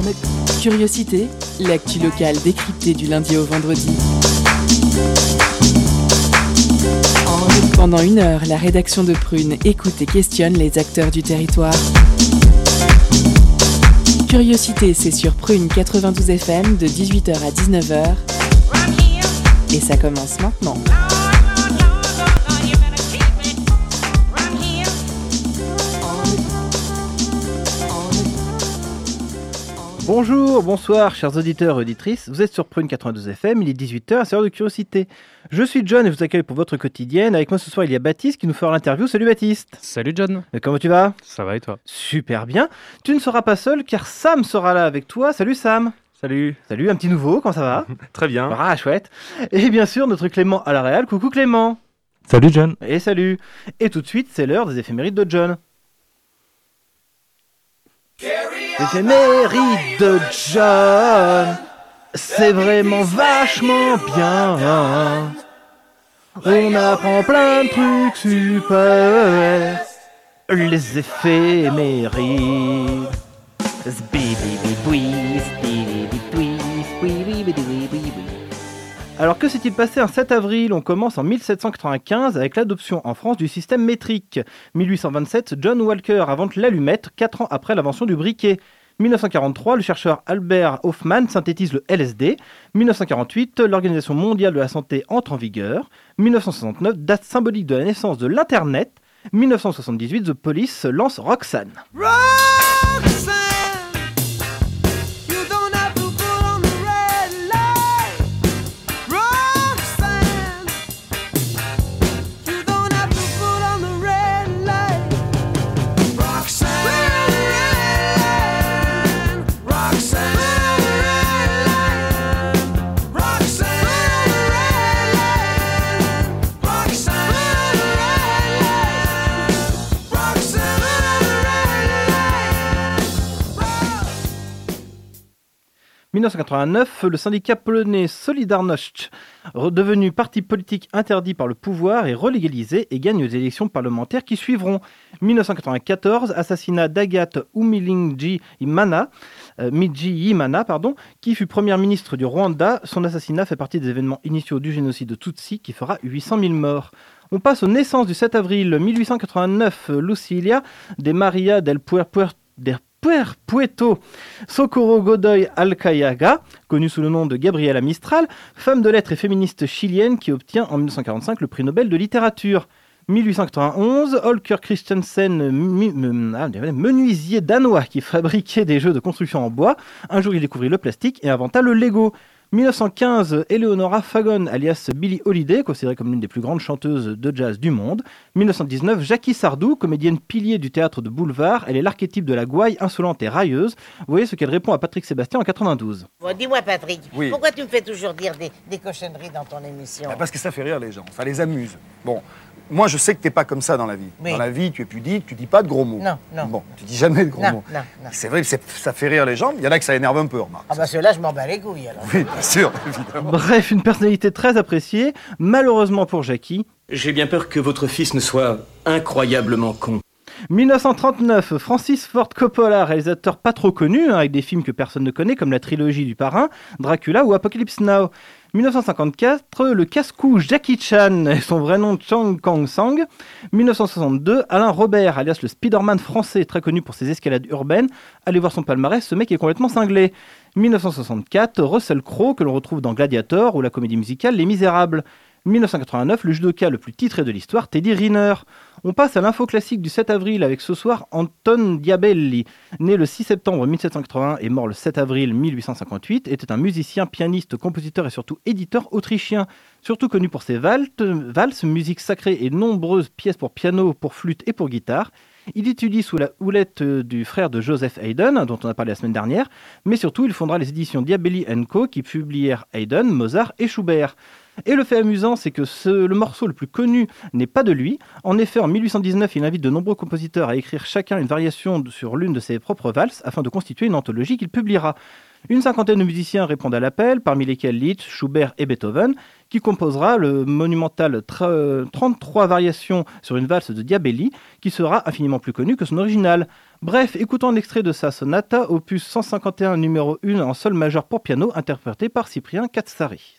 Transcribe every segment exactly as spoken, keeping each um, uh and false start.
Curiosité, l'actu locale décryptée du lundi au vendredi. Pendant une heure, la rédaction de Prune écoute et questionne les acteurs du territoire. Curiosité, c'est sur Prune quatre-vingt-douze F M de dix-huit heures à dix-neuf heures. Et ça commence maintenant. Bonjour, bonsoir, chers auditeurs et auditrices. Vous êtes sur Prune quatre-vingt-douze F M, il est dix-huit heures, c'est l'heure de Curiosité. Je suis John et je vous accueille pour votre quotidienne. Avec moi ce soir, il y a Baptiste qui nous fera l'interview. Salut Baptiste. Salut John. Et comment tu vas ? Ça va et toi ? Super bien. Tu ne seras pas seul car Sam sera là avec toi. Salut Sam. Salut. Salut, un petit nouveau, comment ça va ? Très bien. Ah, chouette. Et bien sûr, notre Clément à la réal. Coucou Clément. Salut John. Et salut. Et tout de suite, c'est l'heure des éphémérides de John. Éphémérides de John, c'est vraiment vachement bien. On apprend plein de trucs super. Les éphémérides. Alors que s'est-il passé un sept avril ? On commence en mille sept cent quatre-vingt-quinze avec l'adoption en France du système métrique. mille huit cent vingt-sept, John Walker invente l'allumette, quatre ans après l'invention du briquet. mille neuf cent quarante-trois, le chercheur Albert Hofmann synthétise le L S D. mille neuf cent quarante-huit, l'Organisation mondiale de la santé entre en vigueur. mille neuf cent soixante-neuf, date symbolique de la naissance de l'Internet. mille neuf cent soixante-dix-huit, The Police lance Roxanne. Roxanne. mille neuf cent quatre-vingt-neuf, le syndicat polonais Solidarność, redevenu parti politique interdit par le pouvoir, est relégalisé et gagne les élections parlementaires qui suivront. mille neuf cent quatre-vingt-quatorze, assassinat d'Agathe Uwilingiyimana, euh, Mijiyimana, pardon, qui fut première ministre du Rwanda. Son assassinat fait partie des événements initiaux du génocide Tutsi qui fera huit cent mille morts. On passe aux naissances du sept avril mille huit cent quatre-vingt-neuf, Lucilia de Maria del Puerto del Puerto Socorro Godoy Alcayaga, connue sous le nom de Gabriela Mistral, femme de lettres et féministe chilienne qui obtient en mille neuf cent quarante-cinq le prix Nobel de littérature. mille huit cent quatre-vingt-onze, Holger Christensen, menuisier danois qui fabriquait des jeux de construction en bois. Un jour, il découvrit le plastique et inventa le Lego. mille neuf cent quinze, Eleonora Fagon, alias Billie Holiday, considérée comme l'une des plus grandes chanteuses de jazz du monde. mille neuf cent dix-neuf, Jackie Sardou, comédienne pilier du théâtre de boulevard. Elle est l'archétype de la gouaille insolente et railleuse. Vous voyez ce qu'elle répond à Patrick Sébastien en quatre-vingt-douze. Bon, dis-moi Patrick, oui. Pourquoi tu me fais toujours dire des, des cochonneries dans ton émission ? Parce que ça fait rire les gens, ça les amuse. Bon, moi je sais que t'es pas comme ça dans la vie. Oui. Dans la vie, tu es pudique, tu dis pas de gros mots. Non, non. Bon, tu dis jamais de gros non, mots. Non, non. C'est vrai que c'est, ça fait rire les gens, il y en a que ça énerve un peu, remarque. Ah bah ceux-là, je m'en bats les couilles alors. Oui, bien sûr, évidemment. Bref, une personnalité très appréciée. Malheureusement pour Jackie, j'ai bien peur que votre fils ne soit incroyablement con. mille neuf cent trente-neuf, Francis Ford Coppola, réalisateur pas trop connu, hein, avec des films que personne ne connaît, comme la trilogie du Parrain, Dracula ou Apocalypse Now. mille neuf cent cinquante-quatre, le casse-cou Jackie Chan, et son vrai nom Chang Kang-sang. mille neuf cent soixante-deux, Alain Robert, alias le Spider-Man français, très connu pour ses escalades urbaines. Allez voir son palmarès, ce mec est complètement cinglé. mille neuf cent soixante-quatre, Russell Crowe, que l'on retrouve dans Gladiator ou la comédie musicale Les Misérables. mille neuf cent quatre-vingt-neuf, le judoka le plus titré de l'histoire, Teddy Riner. On passe à l'info classique du sept avril avec ce soir Anton Diabelli. Né le six septembre mille sept cent quatre-vingts et mort le sept avril mille huit cent cinquante-huit, était un musicien, pianiste, compositeur et surtout éditeur autrichien. Surtout connu pour ses valses, valses, musique sacrée et nombreuses pièces pour piano, pour flûte et pour guitare. Il étudie sous la houlette du frère de Joseph Haydn, dont on a parlé la semaine dernière, mais surtout il fondera les éditions Diabelli and Co qui publièrent Haydn, Mozart et Schubert. Et le fait amusant, c'est que ce, le morceau le plus connu n'est pas de lui. En effet, en mille huit cent dix-neuf, il invite de nombreux compositeurs à écrire chacun une variation sur l'une de ses propres valses afin de constituer une anthologie qu'il publiera. Une cinquantaine de musiciens répondent à l'appel, parmi lesquels Liszt, Schubert et Beethoven, qui composera le monumental tra- trente-trois variations sur une valse de Diabelli, qui sera infiniment plus connu que son original. Bref, écoutons un extrait de sa sonata, opus cent cinquante et un numéro un en sol majeur pour piano, interprété par Cyprien Katsari.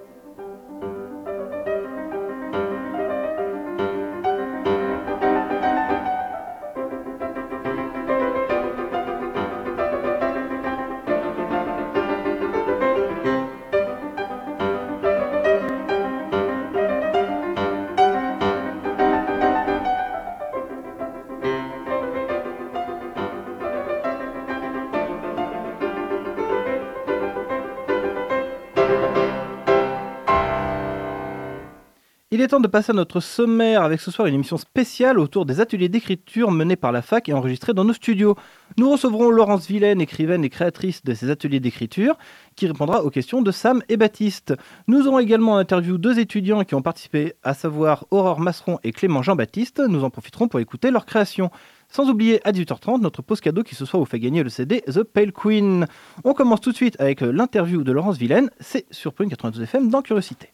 Il est temps de passer à notre sommaire avec ce soir une émission spéciale autour des ateliers d'écriture menés par la fac et enregistrés dans nos studios. Nous recevrons Laurence Vilaine, écrivaine et créatrice de ces ateliers d'écriture, qui répondra aux questions de Sam et Baptiste. Nous aurons également en interview deux étudiants qui ont participé, à savoir Aurore Masseron et Clément Jean-Baptiste. Nous en profiterons pour écouter leur création. Sans oublier à dix-huit heures trente notre pause cadeau qui ce soir vous fait gagner le C D The Pale Queen. On commence tout de suite avec l'interview de Laurence Vilaine. C'est sur Prune quatre-vingt-douze F M dans Curiosité.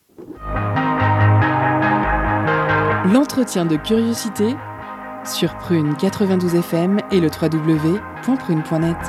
L'entretien de Curiosité sur Prune quatre-vingt-douze F M et le w w w point prune point net.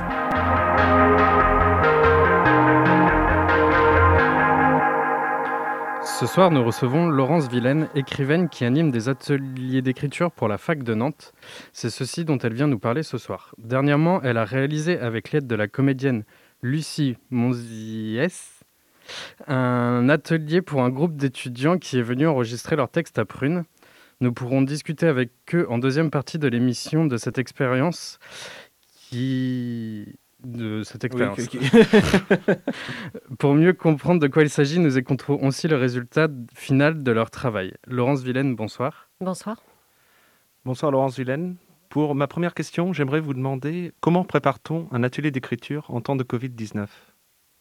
Ce soir, nous recevons Laurence Vilaine, écrivaine qui anime des ateliers d'écriture pour la fac de Nantes. C'est ceci dont elle vient nous parler ce soir. Dernièrement, elle a réalisé, avec l'aide de la comédienne Lucie Monziès, un atelier pour un groupe d'étudiants qui est venu enregistrer leur texte à Prune. Nous pourrons discuter avec eux en deuxième partie de l'émission de cette expérience qui... de cette expérience. Oui, okay, okay. Pour mieux comprendre de quoi il s'agit, nous écouterons aussi le résultat final de leur travail. Laurence Vilaine, bonsoir. Bonsoir. Bonsoir Laurence Vilaine. Pour ma première question, j'aimerais vous demander comment prépare-t-on un atelier d'écriture en temps de covid dix-neuf ?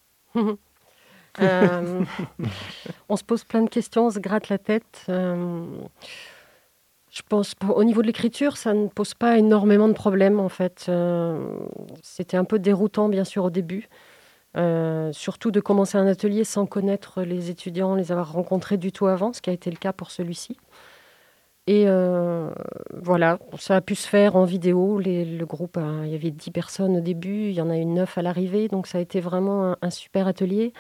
euh, On se pose plein de questions, on se gratte la tête. Euh... Je pense au niveau de l'écriture, ça ne pose pas énormément de problèmes en fait. Euh, c'était un peu déroutant bien sûr au début, euh, surtout de commencer un atelier sans connaître les étudiants, les avoir rencontrés du tout avant, ce qui a été le cas pour celui-ci. Et euh, voilà, ça a pu se faire en vidéo. Les, le groupe, a, il y avait dix personnes au début, il y en a eu neuf à l'arrivée, donc ça a été vraiment un, un super atelier.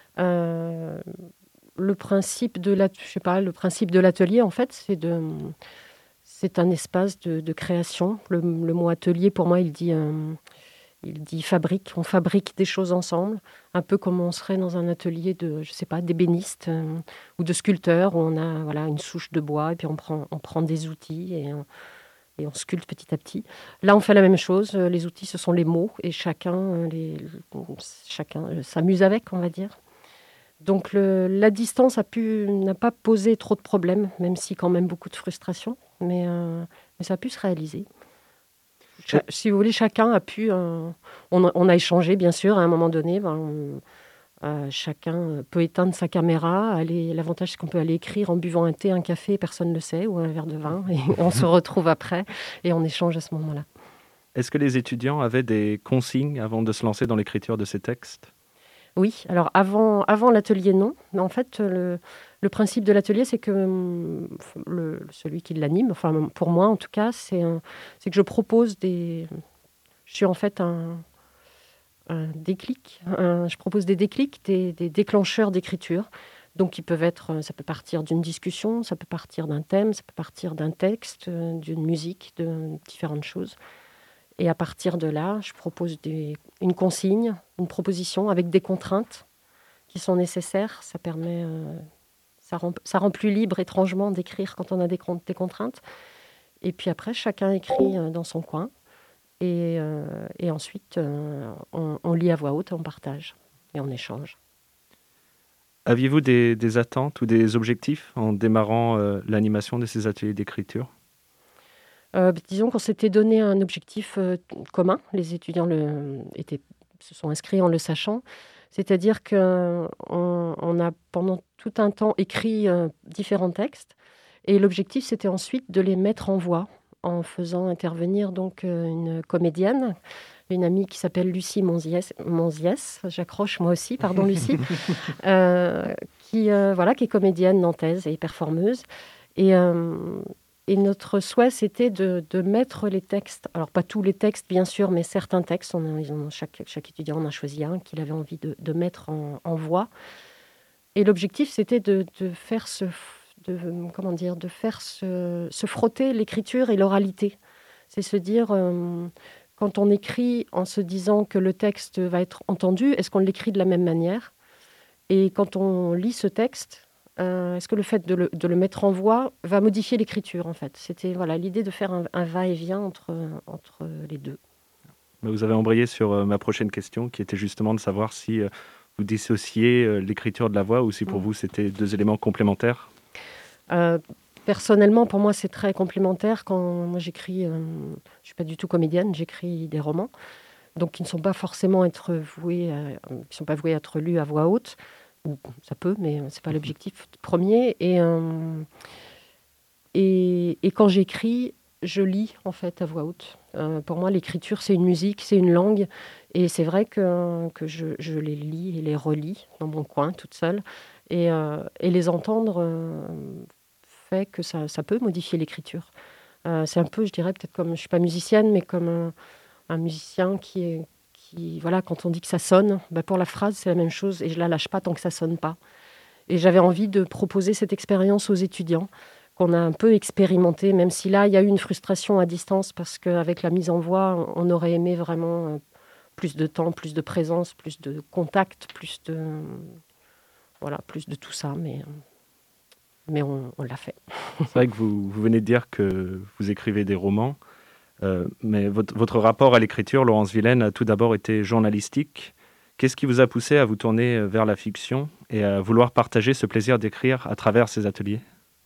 Euh, le principe de la, je sais pas, le principe de l'atelier en fait, c'est de C'est un espace de, de création. Le, le mot atelier, pour moi, il dit, euh, il dit fabrique. On fabrique des choses ensemble, un peu comme on serait dans un atelier de, je sais pas, d'ébénistes euh, ou de sculpteurs, où on a voilà, une souche de bois et puis on prend, on prend des outils et on, et on sculpte petit à petit. Là, on fait la même chose. Les outils, ce sont les mots et chacun, les, chacun s'amuse avec, on va dire. Donc le, la distance a pu, n'a pas posé trop de problèmes, même si quand même beaucoup de frustration. Mais, euh, mais ça a pu se réaliser. Cha- si vous voulez, chacun a pu... Euh, on, on a échangé, bien sûr, à un moment donné. Ben, on, euh, chacun peut éteindre sa caméra. Aller, l'avantage, c'est qu'on peut aller écrire en buvant un thé, un café, personne ne le sait, ou un verre de vin. Et on se retrouve après et on échange à ce moment-là. Est-ce que les étudiants avaient des consignes avant de se lancer dans l'écriture de ces textes ? Oui, alors avant, avant l'atelier, non. Mais en fait, le, le principe de l'atelier, c'est que le, celui qui l'anime, enfin pour moi en tout cas, c'est, un, c'est que je propose des... Je suis en fait un, un déclic. Un, je propose des déclics, des, des déclencheurs d'écriture. Donc, ils peuvent être, ça peut partir d'une discussion, ça peut partir d'un thème, ça peut partir d'un texte, d'une musique, de différentes choses. Et à partir de là, je propose des, une consigne, une proposition avec des contraintes qui sont nécessaires. Ça permet, euh, ça, rend, ça rend plus libre étrangement d'écrire quand on a des, des contraintes. Et puis après, chacun écrit euh, dans son coin. Et, euh, et ensuite, euh, on, on lit à voix haute, on partage et on échange. Aviez-vous des, des attentes ou des objectifs en démarrant euh, l'animation de ces ateliers d'écriture ? Euh, disons qu'on s'était donné un objectif euh, commun. Les étudiants le, étaient, se sont inscrits en le sachant. C'est-à-dire qu'on on a pendant tout un temps écrit euh, différents textes. Et l'objectif, c'était ensuite de les mettre en voix en faisant intervenir donc, euh, une comédienne J'ai une amie qui s'appelle Lucie Monziès, Monziès, j'accroche moi aussi, pardon Lucie, euh, qui, euh, voilà, qui est comédienne nantaise et performeuse. Et, euh, et notre souhait, c'était de, de mettre les textes, alors pas tous les textes bien sûr, mais certains textes, on a, ils ont, chaque, chaque étudiant en a choisi un qu'il avait envie de, de mettre en, en voix. Et l'objectif, c'était de, de faire, se, de, comment dire, de faire se, se frotter l'écriture et l'oralité. C'est se dire... Euh, Quand on écrit en se disant que le texte va être entendu, est-ce qu'on l'écrit de la même manière ? Et quand on lit ce texte, euh, est-ce que le fait de le, de le mettre en voix va modifier l'écriture, en fait ? C'était voilà, l'idée de faire un, un va-et-vient entre, entre les deux. Vous avez embrayé sur euh, ma prochaine question, qui était justement de savoir si euh, vous dissociez euh, l'écriture de la voix ou si pour mmh. vous, c'était deux éléments complémentaires. euh, Personnellement, pour moi, c'est très complémentaire. Quand moi, j'écris, euh, je ne suis pas du tout comédienne, j'écris des romans, donc qui ne sont pas forcément être voués, à, qui sont pas voués à être lus à voix haute. Ou ça peut, mais ce n'est pas l'objectif premier. Et, euh, et, et quand j'écris, je lis en fait à voix haute. Euh, pour moi, l'écriture, c'est une musique, c'est une langue. Et c'est vrai que, que je, je les lis et les relis dans mon coin, toute seule. Et, euh, et les entendre... Euh, fait que ça, ça peut modifier l'écriture. Euh, c'est un peu, je dirais, peut-être comme, je ne suis pas musicienne, mais comme un, un musicien qui est, qui, voilà, quand on dit que ça sonne, ben pour la phrase, c'est la même chose, et je ne la lâche pas tant que ça ne sonne pas. Et j'avais envie de proposer cette expérience aux étudiants, qu'on a un peu expérimenté, même si là, il y a eu une frustration à distance, parce qu'avec la mise en voix, on aurait aimé vraiment plus de temps, plus de présence, plus de contact, plus de, voilà, plus de tout ça, mais... mais on, on l'a fait. C'est vrai que vous, vous venez de dire que vous écrivez des romans, euh, mais votre, votre rapport à l'écriture, Laurence Vilaine, a tout d'abord été journalistique. Qu'est-ce qui vous a poussé à vous tourner vers la fiction et à vouloir partager ce plaisir d'écrire à travers ces ateliers ?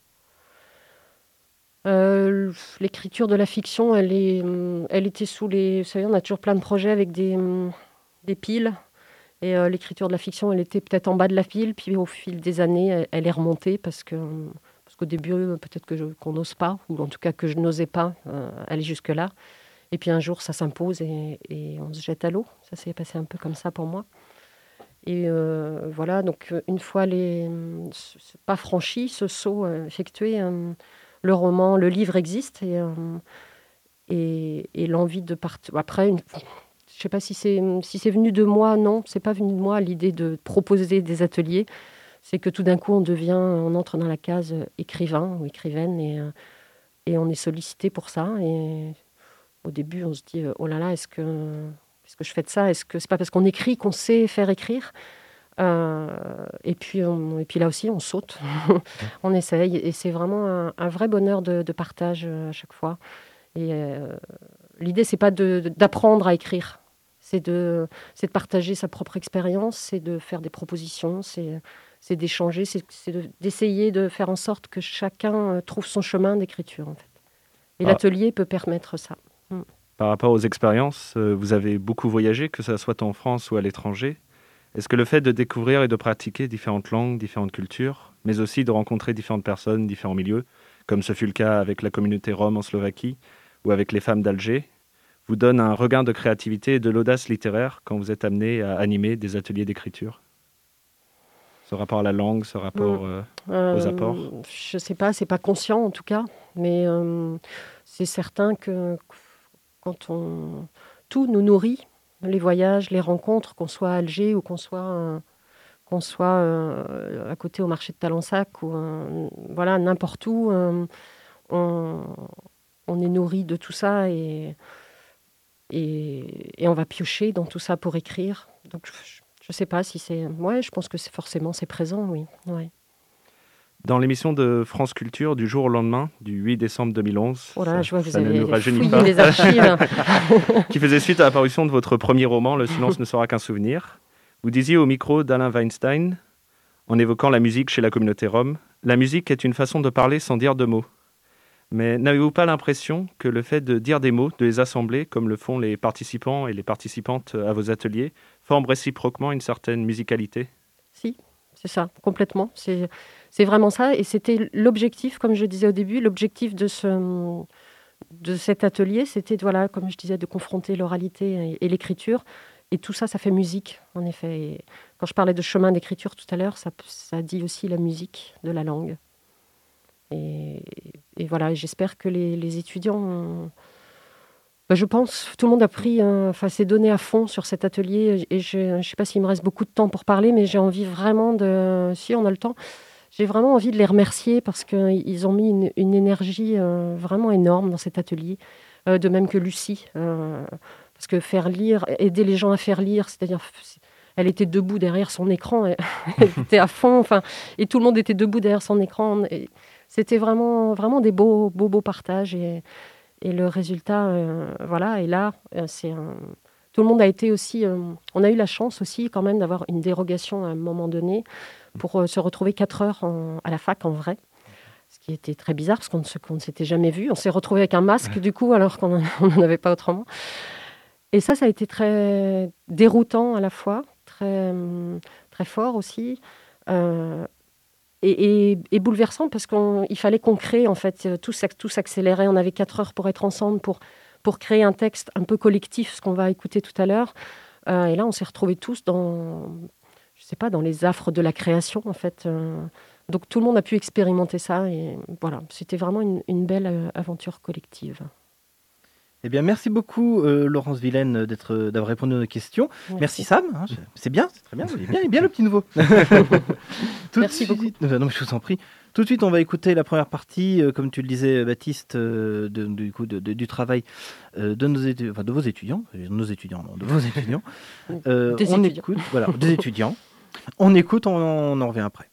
euh, L'écriture de la fiction, elle, est, elle était sous les... Vous savez, on a toujours plein de projets avec des, des piles. Et euh, l'écriture de la fiction, elle était peut-être en bas de la pile, puis au fil des années, elle, elle est remontée parce, que, parce qu'au début, peut-être que je, qu'on n'ose pas, ou en tout cas que je n'osais pas euh, aller jusque-là. Et puis un jour, ça s'impose et, et on se jette à l'eau. Ça s'est passé un peu comme ça pour moi. Et euh, voilà, donc une fois les ce pas franchi, ce saut euh, effectué, euh, le roman, le livre existe et, euh, et, et l'envie de partir. Après, une... je ne sais pas si c'est, si c'est venu de moi, non, c'est pas venu de moi l'idée de proposer des ateliers. C'est que tout d'un coup, on devient, on entre dans la case écrivain ou écrivaine et, et on est sollicité pour ça. Et au début, on se dit, oh là là, est-ce que, est-ce que je fais de ça ? Est-ce que c'est pas parce qu'on écrit qu'on sait faire écrire ? euh, et, puis on, et puis là aussi, on saute, on essaye. Et c'est vraiment un, un vrai bonheur de, de partage à chaque fois. Et euh, l'idée, c'est pas de, de, d'apprendre à écrire. C'est de, c'est de partager sa propre expérience, c'est de faire des propositions, c'est, c'est d'échanger, c'est, c'est de, d'essayer de faire en sorte que chacun trouve son chemin d'écriture, en fait. Et ah. l'atelier peut permettre ça. Mm. Par rapport aux expériences, vous avez beaucoup voyagé, que ce soit en France ou à l'étranger. Est-ce que le fait de découvrir et de pratiquer différentes langues, différentes cultures, mais aussi de rencontrer différentes personnes, différents milieux, comme ce fut le cas avec la communauté rome en Slovaquie ou avec les femmes d'Alger, vous donne un regain de créativité et de l'audace littéraire quand vous êtes amené à animer des ateliers d'écriture ? Ce rapport à la langue, ce rapport euh, euh, aux apports ? Je ne sais pas, c'est pas conscient en tout cas, mais euh, c'est certain que quand on... tout nous nourrit, les voyages, les rencontres, qu'on soit à Alger ou qu'on soit, euh, qu'on soit euh, à côté au marché de Talensac ou euh, voilà, n'importe où, euh, on, on est nourri de tout ça et, et, et on va piocher dans tout ça pour écrire. Donc je ne sais pas si c'est... Ouais, je pense que c'est forcément c'est présent, oui. Ouais. Dans l'émission de France Culture du jour au lendemain, du huit décembre deux mille onze, oh là, ça, je vois, vous ça avez ne nous rajeunit pas, les archives. qui faisait suite à l'apparition de votre premier roman, Le silence ne sera qu'un souvenir, vous disiez au micro d'Alain Weinstein, en évoquant la musique chez la communauté rome, « La musique est une façon de parler sans dire de mots ». Mais n'avez-vous pas l'impression que le fait de dire des mots, de les assembler, comme le font les participants et les participantes à vos ateliers, forme réciproquement une certaine musicalité ? Si, c'est ça, complètement. C'est, c'est vraiment ça. Et c'était l'objectif, comme je disais au début, l'objectif de ce, de cet atelier, c'était, voilà, comme je disais, de confronter l'oralité et, et l'écriture. Et tout ça, ça fait musique, en effet. Et quand je parlais de chemin d'écriture tout à l'heure, ça, ça dit aussi la musique de la langue. Et, et voilà, j'espère que les, les étudiants... Ont... Ben, je pense tout le monde a pris, euh, enfin, s'est donné à fond sur cet atelier. Et je ne sais pas s'il me reste beaucoup de temps pour parler, mais j'ai envie vraiment de... Si on a le temps, j'ai vraiment envie de les remercier parce qu'ils ont mis une, une énergie euh, vraiment énorme dans cet atelier. Euh, de même que Lucie. Euh, parce que faire lire, aider les gens à faire lire, c'est-à-dire... Elle était debout derrière son écran, elle, elle était à fond, enfin, et tout le monde était debout derrière son écran. Et c'était vraiment, vraiment des beaux, beaux, beaux partages. Et, et le résultat, euh, voilà, et là, c'est un... tout le monde a été aussi... Euh, on a eu la chance aussi quand même d'avoir une dérogation à un moment donné pour euh, se retrouver quatre heures en, à la fac en vrai. Ce qui était très bizarre parce qu'on ne, qu'on ne s'était jamais vu. On s'est retrouvé avec un masque du coup alors qu'on n'en avait pas autrement. Et ça, ça a été très déroutant à la fois, très, très fort aussi. Euh, Et, et, et bouleversant parce qu'il fallait qu'on crée, en fait, tout, tout s'accélérait. On avait quatre heures pour être ensemble, pour, pour créer un texte un peu collectif, ce qu'on va écouter tout à l'heure. Euh, et là, on s'est retrouvés tous dans, je sais pas, dans les affres de la création, en fait. Euh, donc tout le monde a pu expérimenter ça. Et voilà, c'était vraiment une, une belle aventure collective. Eh bien, merci beaucoup, euh, Laurence Vilaine, d'être, d'avoir répondu à nos questions. Merci, merci Sam. Hein, c'est bien, c'est très bien. Il est bien, il est bien le petit nouveau. Tout merci de suite, beaucoup. Non, mais je vous en prie. Tout de suite, on va écouter la première partie, euh, comme tu le disais, Baptiste, euh, de, du, coup, de, de, du travail euh, de, nos étu- enfin, de vos étudiants. Nos étudiants, non, de vos étudiants. Euh, des on étudiants. écoute, voilà, des étudiants. On écoute, on, on en revient après.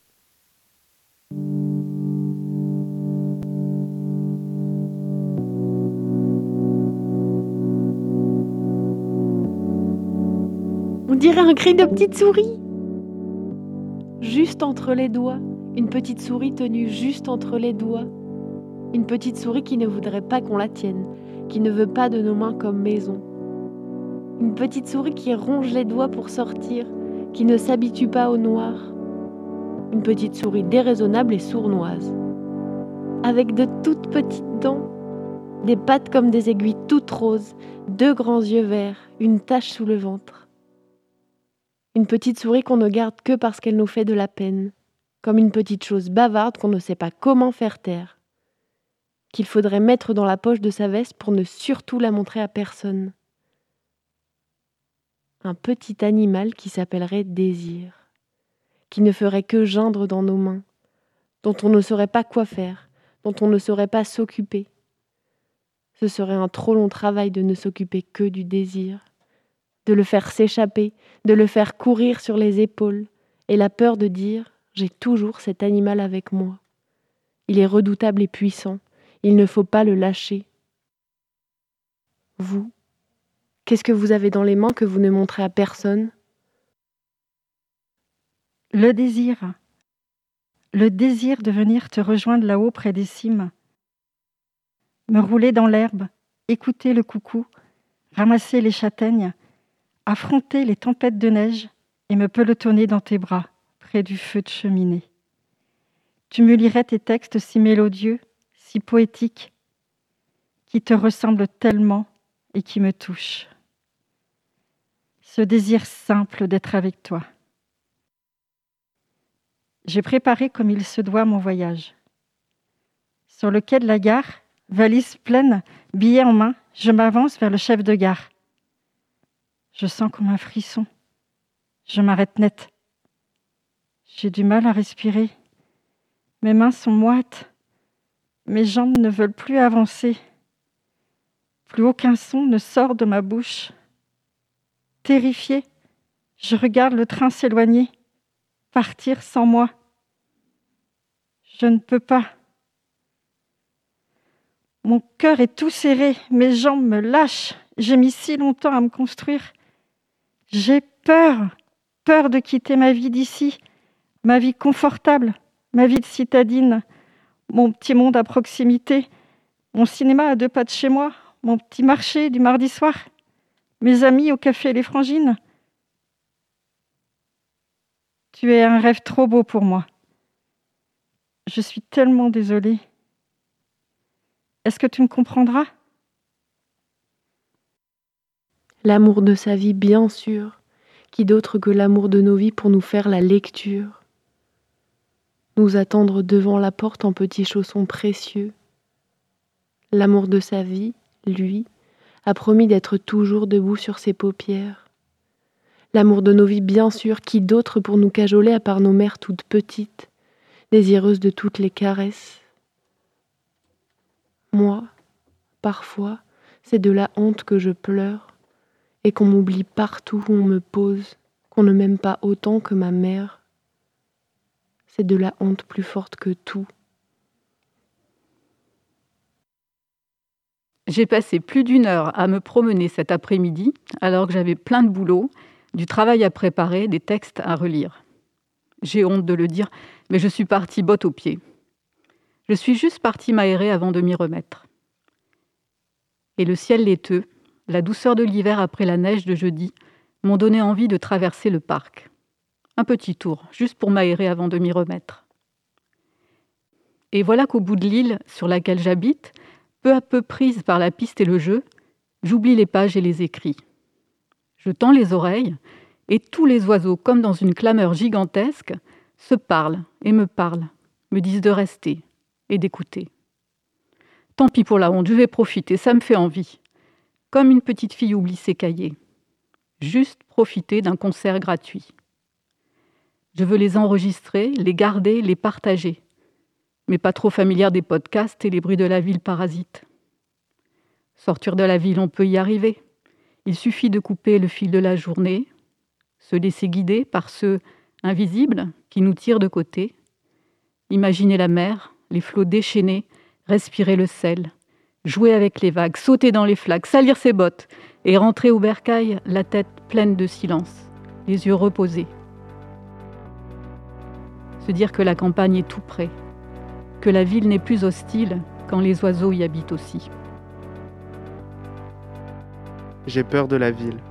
On dirait un cri de petite souris. Juste entre les doigts, une petite souris tenue juste entre les doigts. Une petite souris qui ne voudrait pas qu'on la tienne, qui ne veut pas de nos mains comme maison. Une petite souris qui ronge les doigts pour sortir, qui ne s'habitue pas au noir. Une petite souris déraisonnable et sournoise. Avec de toutes petites dents, des pattes comme des aiguilles toutes roses, deux grands yeux verts, une tache sous le ventre. Une petite souris qu'on ne garde que parce qu'elle nous fait de la peine, comme une petite chose bavarde qu'on ne sait pas comment faire taire, qu'il faudrait mettre dans la poche de sa veste pour ne surtout la montrer à personne. Un petit animal qui s'appellerait désir, qui ne ferait que geindre dans nos mains, dont on ne saurait pas quoi faire, dont on ne saurait pas s'occuper. Ce serait un trop long travail de ne s'occuper que du désir, de le faire s'échapper, de le faire courir sur les épaules, et la peur de dire « j'ai toujours cet animal avec moi ». Il est redoutable et puissant, il ne faut pas le lâcher. Vous, qu'est-ce que vous avez dans les mains que vous ne montrez à personne ? Le désir. Le désir de venir te rejoindre là-haut près des cimes. Me rouler dans l'herbe, écouter le coucou, ramasser les châtaignes, affronter les tempêtes de neige et me pelotonner dans tes bras, près du feu de cheminée. Tu me lirais tes textes si mélodieux, si poétiques, qui te ressemblent tellement et qui me touchent. Ce désir simple d'être avec toi. J'ai préparé comme il se doit mon voyage. Sur le quai de la gare, valise pleine, billets en main, je m'avance vers le chef de gare. Je sens comme un frisson. Je m'arrête net. J'ai du mal à respirer. Mes mains sont moites. Mes jambes ne veulent plus avancer. Plus aucun son ne sort de ma bouche. Terrifiée, je regarde le train s'éloigner, partir sans moi. Je ne peux pas. Mon cœur est tout serré, mes jambes me lâchent. J'ai mis si longtemps à me construire. J'ai peur, peur de quitter ma vie d'ici, ma vie confortable, ma vie de citadine, mon petit monde à proximité, mon cinéma à deux pas de chez moi, mon petit marché du mardi soir, mes amis au café Les Frangines. Tu es un rêve trop beau pour moi. Je suis tellement désolée. Est-ce que tu me comprendras ? L'amour de sa vie, bien sûr, qui d'autre que l'amour de nos vies pour nous faire la lecture, nous attendre devant la porte en petits chaussons précieux. L'amour de sa vie, lui, a promis d'être toujours debout sur ses paupières. L'amour de nos vies, bien sûr, qui d'autre pour nous cajoler à part nos mères toutes petites, désireuses de toutes les caresses. Moi, parfois, c'est de la honte que je pleure, et qu'on m'oublie partout où on me pose, qu'on ne m'aime pas autant que ma mère. C'est de la honte plus forte que tout. J'ai passé plus d'une heure à me promener cet après-midi, alors que j'avais plein de boulot, du travail à préparer, des textes à relire. J'ai honte de le dire, mais je suis partie botte aux pieds. Je suis juste partie m'aérer avant de m'y remettre. Et le ciel laiteux, la douceur de l'hiver après la neige de jeudi, m'ont donné envie de traverser le parc. Un petit tour, juste pour m'aérer avant de m'y remettre. Et voilà qu'au bout de l'île sur laquelle j'habite, peu à peu prise par la piste et le jeu, j'oublie les pages et les écrits. Je tends les oreilles, et tous les oiseaux, comme dans une clameur gigantesque, se parlent et me parlent, me disent de rester et d'écouter. Tant pis pour la honte, je vais profiter, ça me fait envie. Comme une petite fille oublie ses cahiers. Juste profiter d'un concert gratuit. Je veux les enregistrer, les garder, les partager. Mais pas trop familière des podcasts et les bruits de la ville parasites. Sortir de la ville, on peut y arriver. Il suffit de couper le fil de la journée, se laisser guider par ceux invisibles qui nous tirent de côté, imaginer la mer, les flots déchaînés, respirer le sel, jouer avec les vagues, sauter dans les flaques, salir ses bottes et rentrer au bercail, la tête pleine de silence, les yeux reposés. Se dire que la campagne est tout près, que la ville n'est plus hostile quand les oiseaux y habitent aussi. J'ai peur de la ville.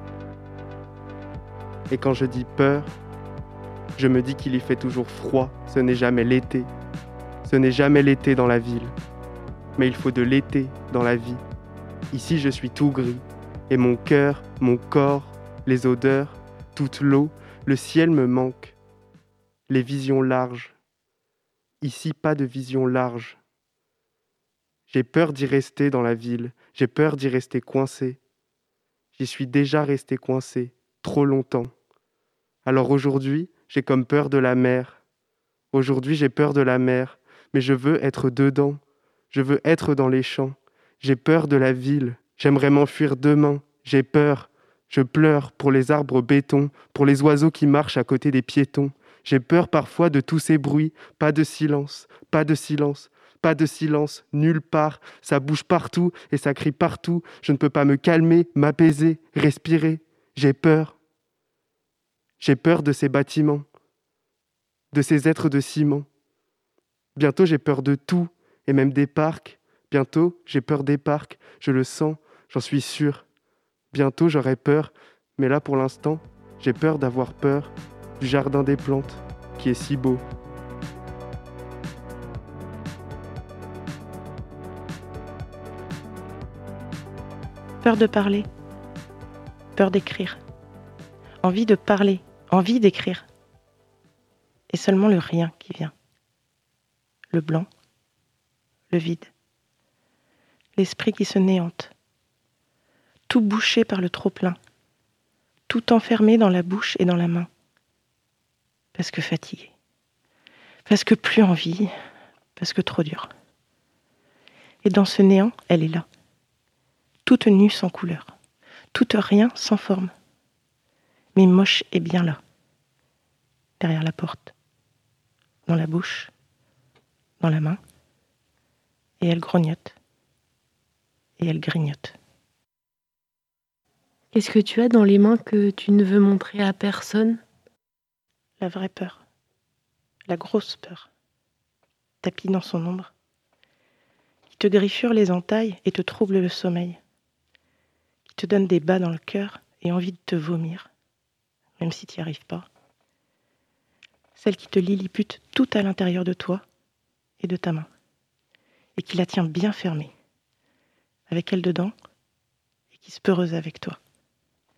Et quand je dis peur, je me dis qu'il y fait toujours froid, ce n'est jamais l'été. Ce n'est jamais l'été dans la ville. Mais il faut de l'été dans la vie. Ici, je suis tout gris. Et mon cœur, mon corps, les odeurs, toute l'eau, le ciel me manque. Les visions larges. Ici, pas de vision large. J'ai peur d'y rester dans la ville. J'ai peur d'y rester coincé. J'y suis déjà resté coincé, trop longtemps. Alors aujourd'hui, j'ai comme peur de la mer. Aujourd'hui, j'ai peur de la mer, mais je veux être dedans. Je veux être dans les champs. J'ai peur de la ville. J'aimerais m'enfuir demain. J'ai peur. Je pleure pour les arbres béton, pour les oiseaux qui marchent à côté des piétons. J'ai peur parfois de tous ces bruits. Pas de silence, pas de silence, pas de silence, nulle part. Ça bouge partout et ça crie partout. Je ne peux pas me calmer, m'apaiser, respirer. J'ai peur. J'ai peur de ces bâtiments, de ces êtres de ciment. Bientôt, j'ai peur de tout, et même des parcs. Bientôt, j'ai peur des parcs. Je le sens, j'en suis sûr. Bientôt, j'aurai peur, mais là, pour l'instant, j'ai peur d'avoir peur du jardin des plantes, qui est si beau. Peur de parler, peur d'écrire, envie de parler, envie d'écrire. Et seulement le rien qui vient. Le blanc, le vide, l'esprit qui se néante, tout bouché par le trop-plein, tout enfermé dans la bouche et dans la main. Parce que fatigué, parce que plus envie, parce que trop dur. Et dans ce néant, elle est là, toute nue sans couleur, toute rien sans forme, mais moche et bien là, derrière la porte, dans la bouche, dans la main, et elle grognote, et elle grignote. Qu'est-ce que tu as dans les mains que tu ne veux montrer à personne ? La vraie peur, la grosse peur, tapis dans son ombre, qui te griffure les entailles et te trouble le sommeil, qui te donne des bas dans le cœur et envie de te vomir, même si tu n'y arrives pas. Celle qui te lillipute tout à l'intérieur de toi et de ta main, et qui la tient bien fermée, avec elle dedans, et qui se peureuse avec toi.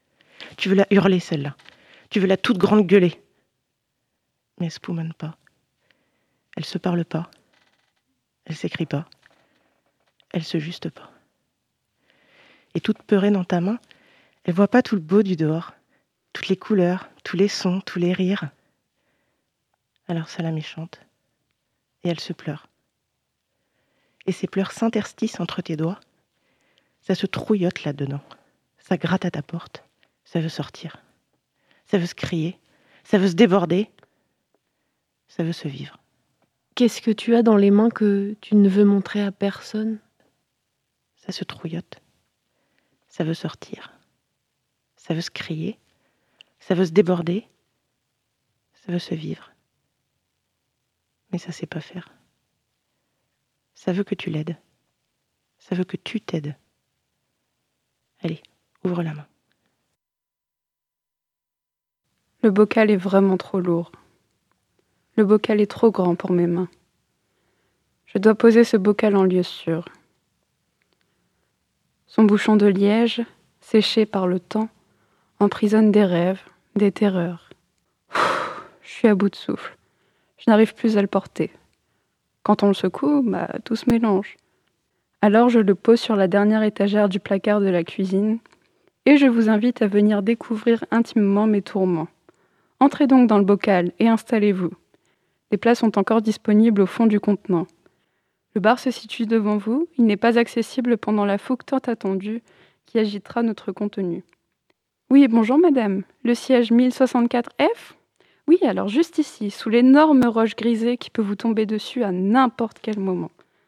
Tu veux la hurler, celle-là. Tu veux la toute grande gueuler. Mais elle spoumonne pas. Elle se parle pas. Elle s'écrie pas. Elle se juste pas. Et toute peurée dans ta main, elle voit pas tout le beau du dehors. Toutes les couleurs, tous les sons, tous les rires. Alors ça la méchante. Et elle se pleure. Et ces pleurs s'interstissent entre tes doigts. Ça se trouillote là-dedans. Ça gratte à ta porte. Ça veut sortir. Ça veut se crier. Ça veut se déborder. Ça veut se vivre. Qu'est-ce que tu as dans les mains que tu ne veux montrer à personne ? Ça se trouillote. Ça veut sortir. Ça veut se crier. Ça veut se déborder. Ça veut se vivre. Mais ça sait pas faire. Ça veut que tu l'aides. Ça veut que tu t'aides. Allez, ouvre la main. Le bocal est vraiment trop lourd. Le bocal est trop grand pour mes mains. Je dois poser ce bocal en lieu sûr. Son bouchon de liège, séché par le temps, emprisonne des rêves, des terreurs. Ouh, je suis à bout de souffle. Je n'arrive plus à le porter. Quand on le secoue, bah, tout se mélange. Alors je le pose sur la dernière étagère du placard de la cuisine et je vous invite à venir découvrir intimement mes tourments. Entrez donc dans le bocal et installez-vous. Les places sont encore disponibles au fond du contenant. Le bar se situe devant vous, il n'est pas accessible pendant la fougue tant attendue qui agitera notre contenu. Oui, bonjour madame, le siège mille soixante-quatre F ? Oui, alors juste ici, sous l'énorme roche grisée qui peut vous tomber dessus à n'importe quel moment.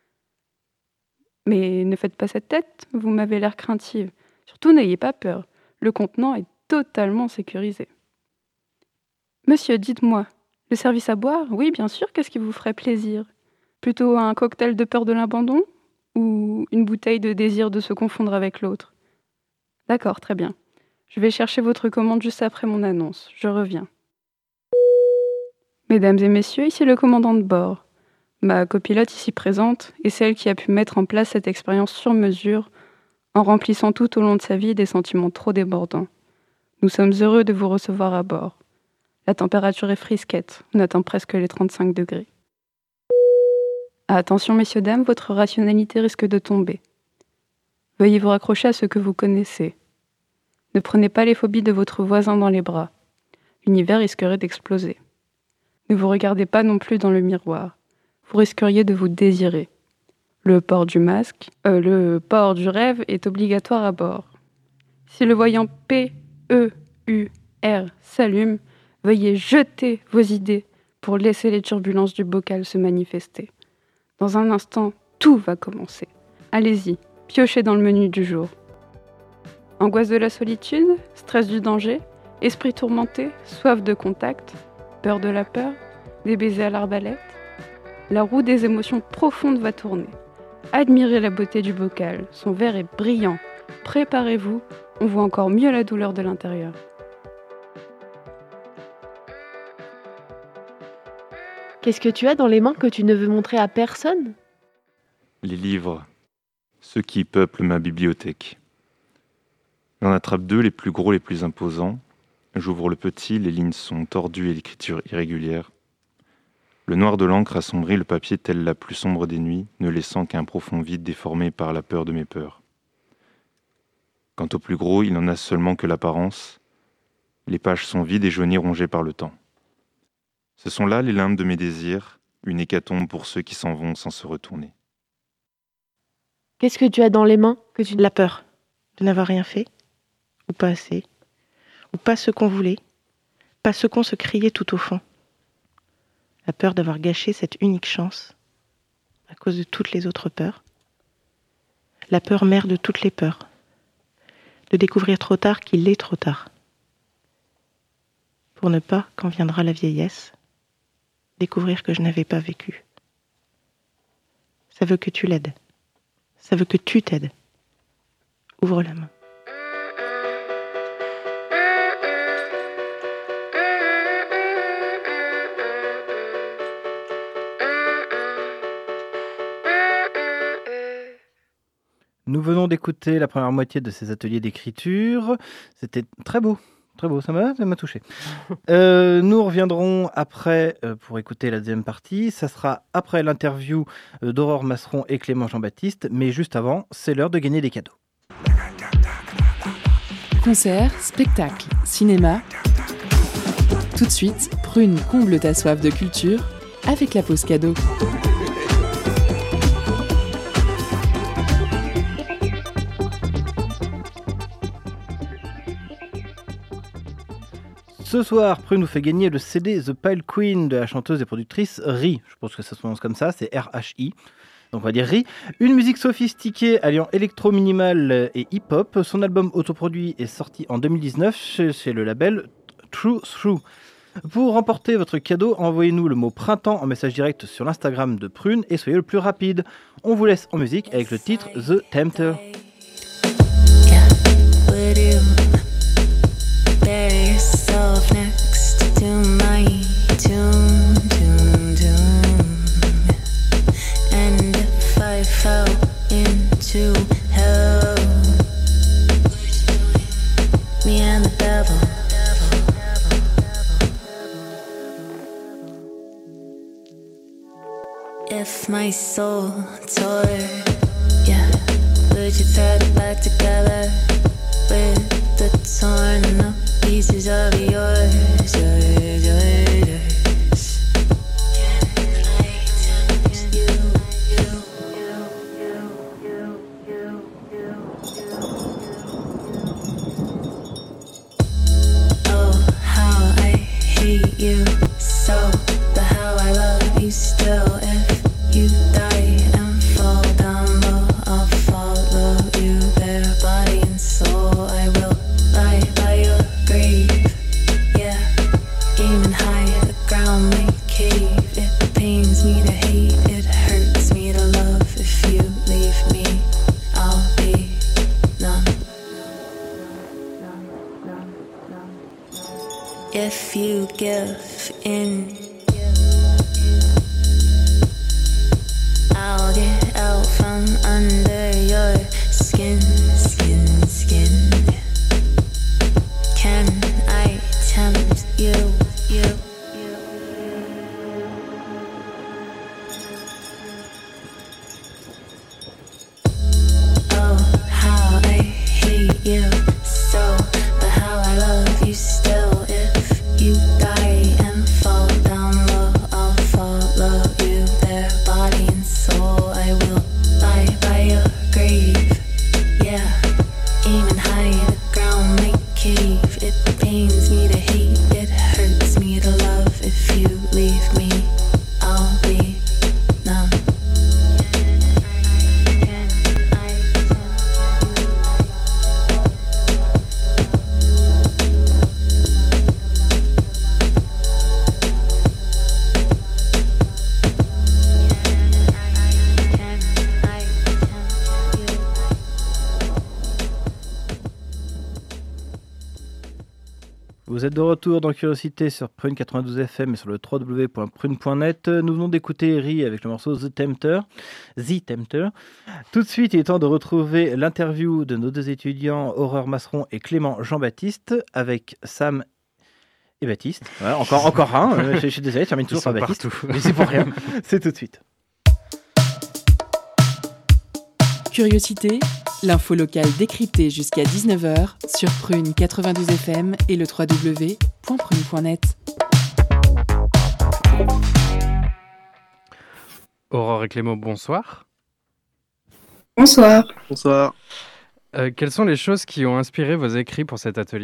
Mais ne faites pas cette tête, vous m'avez l'air craintive. Surtout n'ayez pas peur, le contenant est totalement sécurisé. Monsieur, dites-moi, le service à boire ? Oui, bien sûr, qu'est-ce qui vous ferait plaisir ? Plutôt un cocktail de peur de l'abandon ? Ou une bouteille de désir de se confondre avec l'autre ? D'accord, très bien. Je vais chercher votre commande juste après mon annonce. Je reviens. Mesdames et messieurs, ici le commandant de bord. Ma copilote ici présente est celle qui a pu mettre en place cette expérience sur mesure en remplissant tout au long de sa vie des sentiments trop débordants. Nous sommes heureux de vous recevoir à bord. La température est frisquette, on atteint presque les trente-cinq degrés. Attention messieurs, dames, votre rationalité risque de tomber. Veuillez vous raccrocher à ce que vous connaissez. Ne prenez pas les phobies de votre voisin dans les bras. L'univers risquerait d'exploser. Ne vous regardez pas non plus dans le miroir. Vous risqueriez de vous désirer. Le port du masque, euh, le port du rêve est obligatoire à bord. Si le voyant P E U R s'allume, veuillez jeter vos idées pour laisser les turbulences du bocal se manifester. Dans un instant, tout va commencer. Allez-y, piochez dans le menu du jour. Angoisse de la solitude, stress du danger, esprit tourmenté, soif de contact, peur de la peur, des baisers à l'arbalète. La roue des émotions profondes va tourner. Admirez la beauté du bocal, son verre est brillant. Préparez-vous, on voit encore mieux la douleur de l'intérieur. Qu'est-ce que tu as dans les mains que tu ne veux montrer à personne ? Les livres, ceux qui peuplent ma bibliothèque. J'en attrape deux, les plus gros, les plus imposants. J'ouvre le petit, les lignes sont tordues et l'écriture irrégulière. Le noir de l'encre assombrit le papier telle la plus sombre des nuits, ne laissant qu'un profond vide déformé par la peur de mes peurs. Quant au plus gros, il n'en a seulement que l'apparence. Les pages sont vides et jaunies, rongées par le temps. Ce sont là les limbes de mes désirs, une hécatombe pour ceux qui s'en vont sans se retourner. Qu'est-ce que tu as dans les mains que tu... La peur de n'avoir rien fait, ou pas assez, ou pas ce qu'on voulait, pas ce qu'on se criait tout au fond. La peur d'avoir gâché cette unique chance à cause de toutes les autres peurs. La peur mère de toutes les peurs. De découvrir trop tard qu'il est trop tard. Pour ne pas, quand viendra la vieillesse, découvrir que je n'avais pas vécu. Ça veut que tu l'aides. Ça veut que tu t'aides. Ouvre la main. Nous venons d'écouter la première moitié de ces ateliers d'écriture. C'était très beau, Très beau, ça m'a, ça m'a touché. Euh, nous reviendrons après euh, pour écouter la deuxième partie. Ça sera après l'interview euh, d'Aurore Masseron et Clément Jean-Baptiste. Mais juste avant, c'est l'heure de gagner des cadeaux. Concert, spectacle, cinéma. Tout de suite, Prune comble ta soif de culture avec la pause cadeau. Ce soir, Prune nous fait gagner le C D The Pile Queen de la chanteuse et productrice Ri. Je pense que ça se prononce comme ça, c'est R H I. Donc on va dire Ri. Une musique sophistiquée alliant électro minimal et hip-hop. Son album autoproduit est sorti en deux mille dix-neuf chez, chez le label True Through. Pour remporter votre cadeau, envoyez-nous le mot printemps en message direct sur l'Instagram de Prune et soyez le plus rapide. On vous laisse en musique avec le titre The Tempter. Bury yourself next to my tomb, tomb, tomb. And if I fell into hell, me and the devil. If my soul tore, yeah, would you put it back together with the torn up pieces of yours, yours, yours, yours. Can I tempt you, you, you, you, you, you, you, you. Oh, how I hate you so, but how I love you still. If you die and fall down low, I'll follow you bare body and soul. I will lie by your grave, yeah. Aiming high, the ground may cave. It pains me to hate, it hurts me to love. If you leave me, I'll be numb. If you give in, I'll get out from under your skin, skin, skin. Can I tempt you, you, you? Oh, how I hate you so, but how I love you still. If you die and fall down low, I'll follow you there, body and soul. I will lie by your grave, yeah. Aiming high, the ground might cave. It pains me to hate, it hurts me to love. If you leave me, I'll be numb. Vous êtes de retour dans Curiosité sur Prune quatre-vingt-douze F M et sur le w w w point prune point net. Nous venons d'écouter Ri avec le morceau The Tempter. The Tempter. Tout de suite, il est temps de retrouver l'interview de nos deux étudiants, Aurore Masseron et Clément Jean-Baptiste, avec Sam et Baptiste. Voilà, encore, encore un. Je suis désolé, je termine toujours par Baptiste. Partout. Mais c'est pour rien. C'est tout de suite. Curiosité, l'info locale décryptée jusqu'à dix-neuf heures sur Prune quatre-vingt-douze F M et le w w w point prune point net. Aurore et Clément, bonsoir. Bonsoir. Bonsoir. Euh, quelles sont les choses qui ont inspiré vos écrits pour cet atelier ?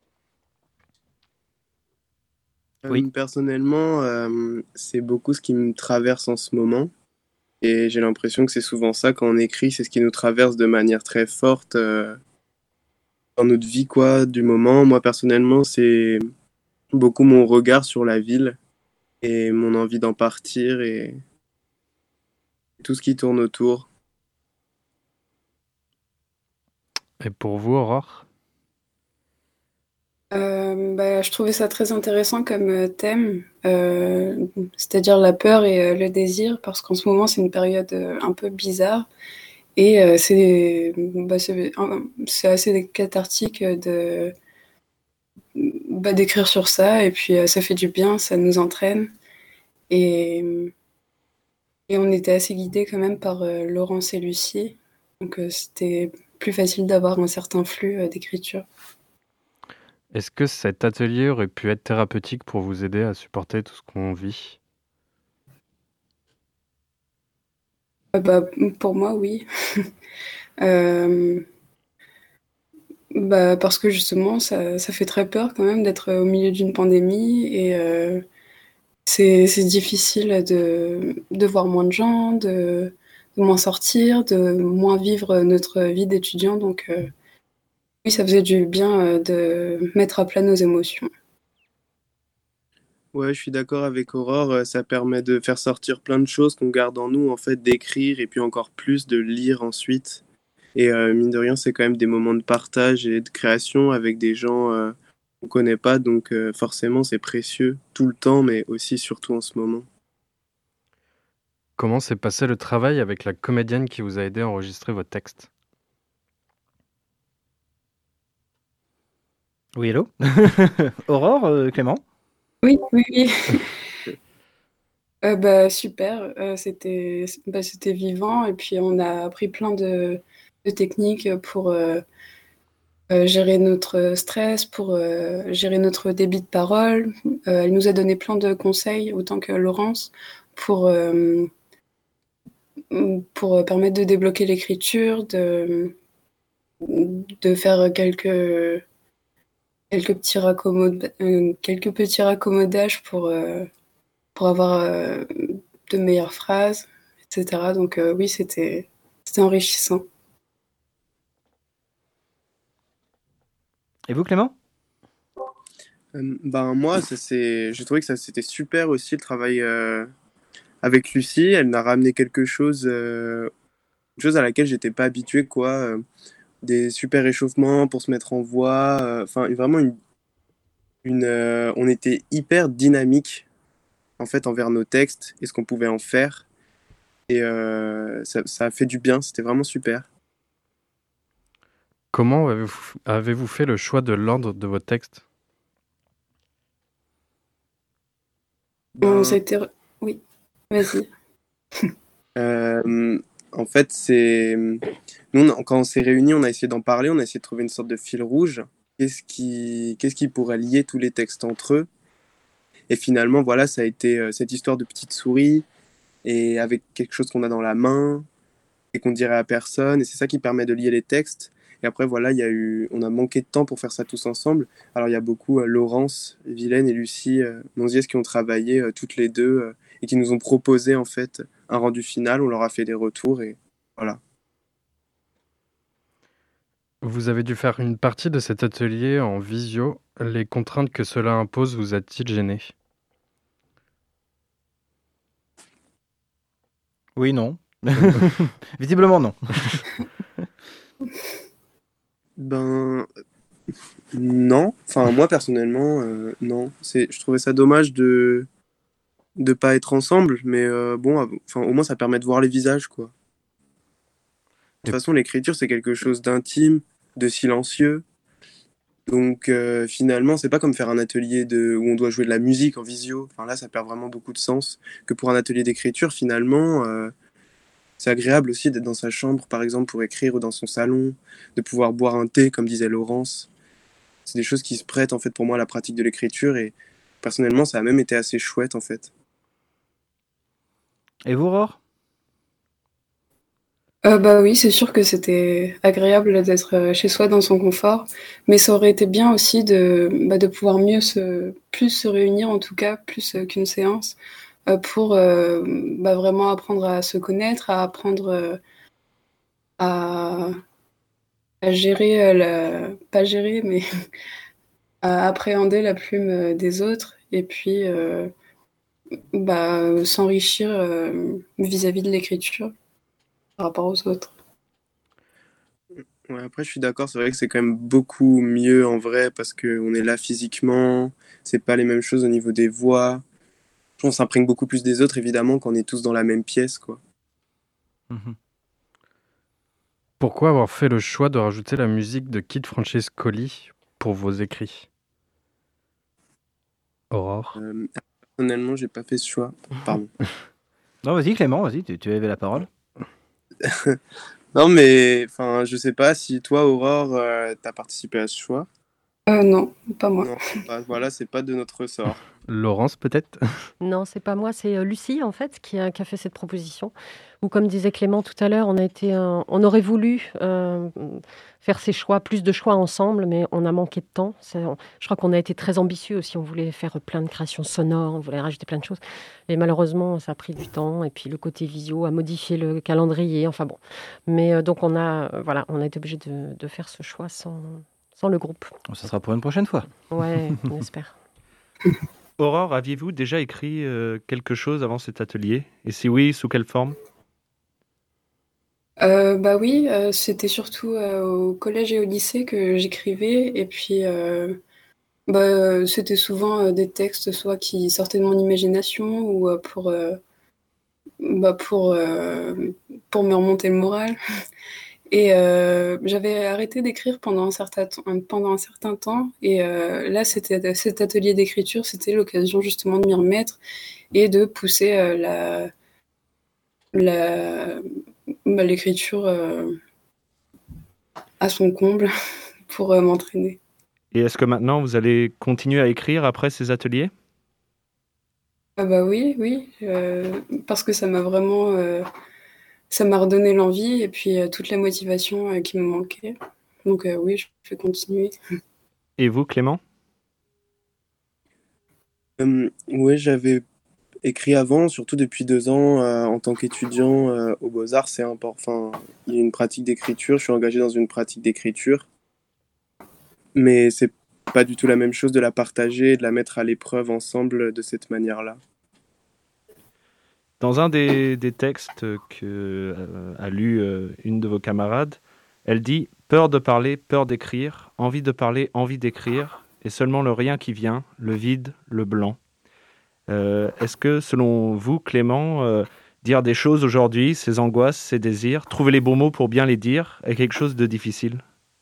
Oui. Personnellement, euh, c'est beaucoup ce qui me traverse en ce moment. Et j'ai l'impression que c'est souvent ça, quand on écrit, c'est ce qui nous traverse de manière très forte euh, dans notre vie, quoi, du moment. Moi, personnellement, c'est beaucoup mon regard sur la ville et mon envie d'en partir et tout ce qui tourne autour. Et pour vous, Aurore ? Euh, bah, je trouvais ça très intéressant comme euh, thème, euh, c'est-à-dire la peur et euh, le désir, parce qu'en ce moment c'est une période euh, un peu bizarre et euh, c'est, bah, c'est, c'est assez cathartique de, bah, d'écrire sur ça. Et puis, euh, ça fait du bien, ça nous entraîne. Et, et on était assez guidés quand même par euh, Laurence et Lucie. Donc, euh, c'était plus facile d'avoir un certain flux euh, d'écriture. Est-ce que cet atelier aurait pu être thérapeutique pour vous aider à supporter tout ce qu'on vit? Euh, bah, pour moi, oui. Euh, bah, parce que justement, ça, ça fait très peur quand même d'être au milieu d'une pandémie et euh, c'est, c'est difficile de, de voir moins de gens, de, de moins sortir, de moins vivre notre vie d'étudiant. Donc, euh, oui, ça faisait du bien euh, de mettre à plat nos émotions. Ouais, je suis d'accord avec Aurore, euh, ça permet de faire sortir plein de choses qu'on garde en nous, en fait, d'écrire et puis encore plus de lire ensuite. Et euh, mine de rien, c'est quand même des moments de partage et de création avec des gens euh, qu'on connaît pas, donc euh, forcément c'est précieux tout le temps, mais aussi surtout en ce moment. Comment s'est passé le travail avec la comédienne qui vous a aidé à enregistrer vos textes? Oui, hello. Aurore, euh, Clément? Oui, oui, oui. Euh, bah, super, euh, c'était bah, c'était vivant et puis on a appris plein de, de techniques pour euh, euh, gérer notre stress, pour euh, gérer notre débit de parole. Euh, elle nous a donné plein de conseils, autant que Laurence, pour, euh, pour permettre de débloquer l'écriture, de, de faire quelques, quelques petits raccommod- euh, quelques petits raccommodages pour, euh, pour avoir euh, de meilleures phrases, et cetera. Donc euh, oui, c'était c'était enrichissant. Et vous, Clément? Euh, ben moi, ça, c'est... j'ai trouvé que ça c'était super aussi le travail euh, avec Lucie. Elle m'a ramené quelque chose, euh, une chose à laquelle j'étais pas habitué, quoi. euh, des super échauffements pour se mettre en voix. euh, Enfin, vraiment une, une euh, on était hyper dynamique en fait envers nos textes et ce qu'on pouvait en faire. Et euh, ça, ça a fait du bien. C'était vraiment super. Comment avez-vous avez-vous fait le choix de l'ordre de vos textes? On Ben, s'était... re- Oui, vas-y. Euh, en fait, c'est nous on a- quand on s'est réunis, on a essayé d'en parler, on a essayé de trouver une sorte de fil rouge. Qu'est-ce qui, qu'est-ce qui pourrait lier tous les textes entre eux? Et finalement, voilà, ça a été euh, cette histoire de petite souris et avec quelque chose qu'on a dans la main et qu'on dirait à personne. Et c'est ça qui permet de lier les textes. Et après, voilà, il y a eu, on a manqué de temps pour faire ça tous ensemble. Alors, il y a beaucoup euh, Laurence, Vilaine et Lucie euh, Monziès qui ont travaillé euh, toutes les deux euh, et qui nous ont proposé en fait un rendu final. On leur a fait des retours et voilà. Vous avez dû faire une partie de cet atelier en visio. Les contraintes que cela impose vous a-t-il gêné? Oui, non. Visiblement, non. Ben non. Enfin, moi personnellement, euh, non. C'est, je trouvais ça dommage de de pas être ensemble, mais euh, bon, av- enfin, au moins ça permet de voir les visages, quoi. De toute façon, l'écriture c'est quelque chose d'intime, de silencieux. Donc euh, finalement, c'est pas comme faire un atelier de où on doit jouer de la musique en visio. Enfin là, ça perd vraiment beaucoup de sens. Que pour un atelier d'écriture, finalement, euh, c'est agréable aussi d'être dans sa chambre, par exemple, pour écrire ou dans son salon, de pouvoir boire un thé, comme disait Laurence. C'est des choses qui se prêtent en fait pour moi à la pratique de l'écriture et personnellement, ça a même été assez chouette en fait. Et vous, Aurore? Euh, bah oui, c'est sûr que c'était agréable d'être euh, chez soi dans son confort, mais ça aurait été bien aussi de, bah, de pouvoir mieux se, plus se réunir en tout cas, plus euh, qu'une séance, euh, pour euh, bah, vraiment apprendre à se connaître, à apprendre euh, à, à gérer, euh, la, pas gérer, mais à appréhender la plume euh, des autres et puis euh, bah, s'enrichir euh, vis-à-vis de l'écriture par rapport aux autres. Ouais, après, je suis d'accord, c'est vrai que c'est quand même beaucoup mieux en vrai parce qu'on est là physiquement, c'est pas les mêmes choses au niveau des voix. On s'imprègne beaucoup plus des autres évidemment quand on est tous dans la même pièce, quoi. Mhm. Pourquoi avoir fait le choix de rajouter la musique de Kid Francescoli pour vos écrits? Aurore. Euh, personnellement, j'ai pas fait ce choix. Pardon. Non, vas-y Clément, vas-y, tu, tu avais la parole. Non, mais enfin, je sais pas si toi, Aurore, euh, t'as participé à ce choix. Euh, non, pas moi. Non, pas- voilà, c'est pas de notre ressort. Laurence, peut-être? Non, c'est pas moi, c'est euh, Lucie en fait qui a, qui a fait cette proposition. Ou comme disait Clément tout à l'heure, on a été, euh, on aurait voulu euh, faire ces choix, plus de choix ensemble, mais on a manqué de temps. C'est- on- je crois qu'on a été très ambitieux aussi. On voulait faire plein de créations sonores, on voulait rajouter plein de choses, et malheureusement, ça a pris du temps. Et puis le côté visio a modifié le calendrier. Enfin bon, mais euh, donc on a, euh, voilà, on a été obligé de, de faire ce choix sans, sans le groupe. Ça sera pour une prochaine fois. Ouais, on espère. Aurore, aviez-vous déjà écrit euh, quelque chose avant cet atelier? Et si oui, sous quelle forme? Euh, bah oui, euh, c'était surtout euh, au collège et au lycée que j'écrivais. Et puis, euh, bah, euh, c'était souvent euh, des textes soit qui sortaient de mon imagination ou euh, pour, euh, bah, pour, euh, pour me remonter le moral. Et euh, j'avais arrêté d'écrire pendant un certain, temps- pendant un certain temps. Et euh, là, c'était, cet atelier d'écriture, c'était l'occasion justement de m'y remettre et de pousser euh, la, la, bah, l'écriture euh, à son comble pour euh, m'entraîner. Et est-ce que maintenant vous allez continuer à écrire après ces ateliers? Ah bah oui, oui, euh, parce que ça m'a vraiment, euh, ça m'a redonné l'envie et puis euh, toute la motivation euh, qui me manquait. Donc euh, oui, je vais continuer. Et vous, Clément? Euh, ouais, j'avais écrit avant, surtout depuis deux ans, euh, en tant qu'étudiant euh, aux Beaux-Arts, c'est important. Enfin, il y a une pratique d'écriture, je suis engagé dans une pratique d'écriture, mais c'est pas du tout la même chose de la partager et de la mettre à l'épreuve ensemble de cette manière-là. Dans un des, des textes que euh, a lu euh, une de vos camarades, elle dit « Peur de parler, peur d'écrire, envie de parler, envie d'écrire, et seulement le rien qui vient, le vide, le blanc. Euh, » Est-ce que, selon vous, Clément, euh, dire des choses aujourd'hui, ses angoisses, ses désirs, trouver les bons mots pour bien les dire, est quelque chose de difficile?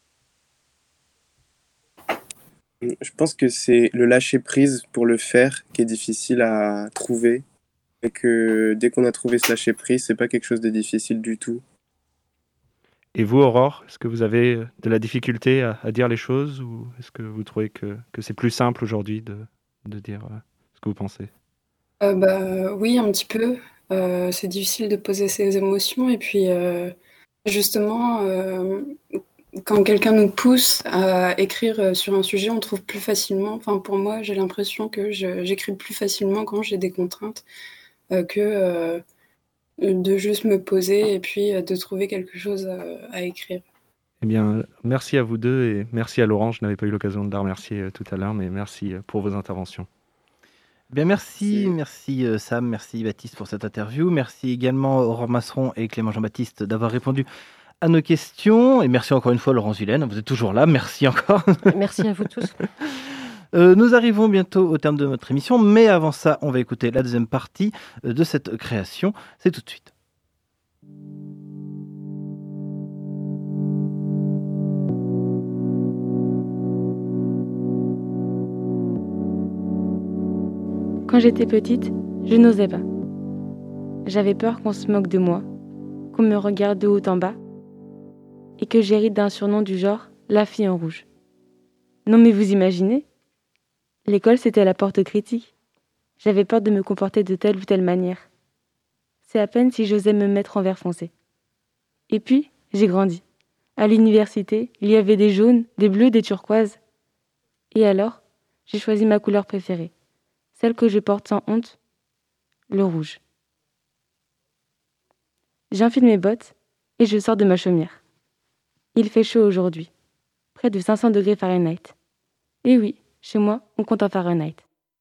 Je pense que c'est le lâcher-prise pour le faire qui est difficile à trouver. Et que dès qu'on a trouvé ce lâcher-prise, c'est pas quelque chose de difficile du tout. Et vous, Aurore, est-ce que vous avez de la difficulté à, à dire les choses ou est-ce que vous trouvez que, que c'est plus simple aujourd'hui de, de dire euh, ce que vous pensez? Euh, bah oui, un petit peu. Euh, c'est difficile de poser ses émotions et puis euh, justement, euh, quand quelqu'un nous pousse à écrire sur un sujet, on trouve plus facilement. Enfin, pour moi, j'ai l'impression que je- j'écris plus facilement quand j'ai des contraintes. Euh, que euh, de juste me poser et puis euh, de trouver quelque chose à, à écrire. Eh bien, merci à vous deux et merci à Laurent. Je n'avais pas eu l'occasion de la remercier euh, tout à l'heure, mais merci euh, pour vos interventions. Eh bien, merci, merci euh, Sam, merci Baptiste pour cette interview. Merci également Aurore Masseron et Clément Jean-Baptiste d'avoir répondu à nos questions. Et merci encore une fois Laurence Vilaine, vous êtes toujours là, merci encore. Merci à vous tous. Euh, nous arrivons bientôt au terme de notre émission, mais avant ça, on va écouter la deuxième partie euh, de cette création. C'est tout de suite. Quand j'étais petite, je n'osais pas. J'avais peur qu'on se moque de moi, qu'on me regarde de haut en bas, et que j'hérite d'un surnom du genre « la fille en rouge ». Non mais vous imaginez ? L'école, c'était la porte critique. J'avais peur de me comporter de telle ou telle manière. C'est à peine si j'osais me mettre en vert foncé. Et puis, j'ai grandi. À l'université, il y avait des jaunes, des bleus, des turquoises. Et alors, j'ai choisi ma couleur préférée, celle que je porte sans honte, le rouge. J'enfile mes bottes et je sors de ma chaumière. Il fait chaud aujourd'hui, près de cinq cents degrés Fahrenheit. Et oui, chez moi, on compte en Fahrenheit.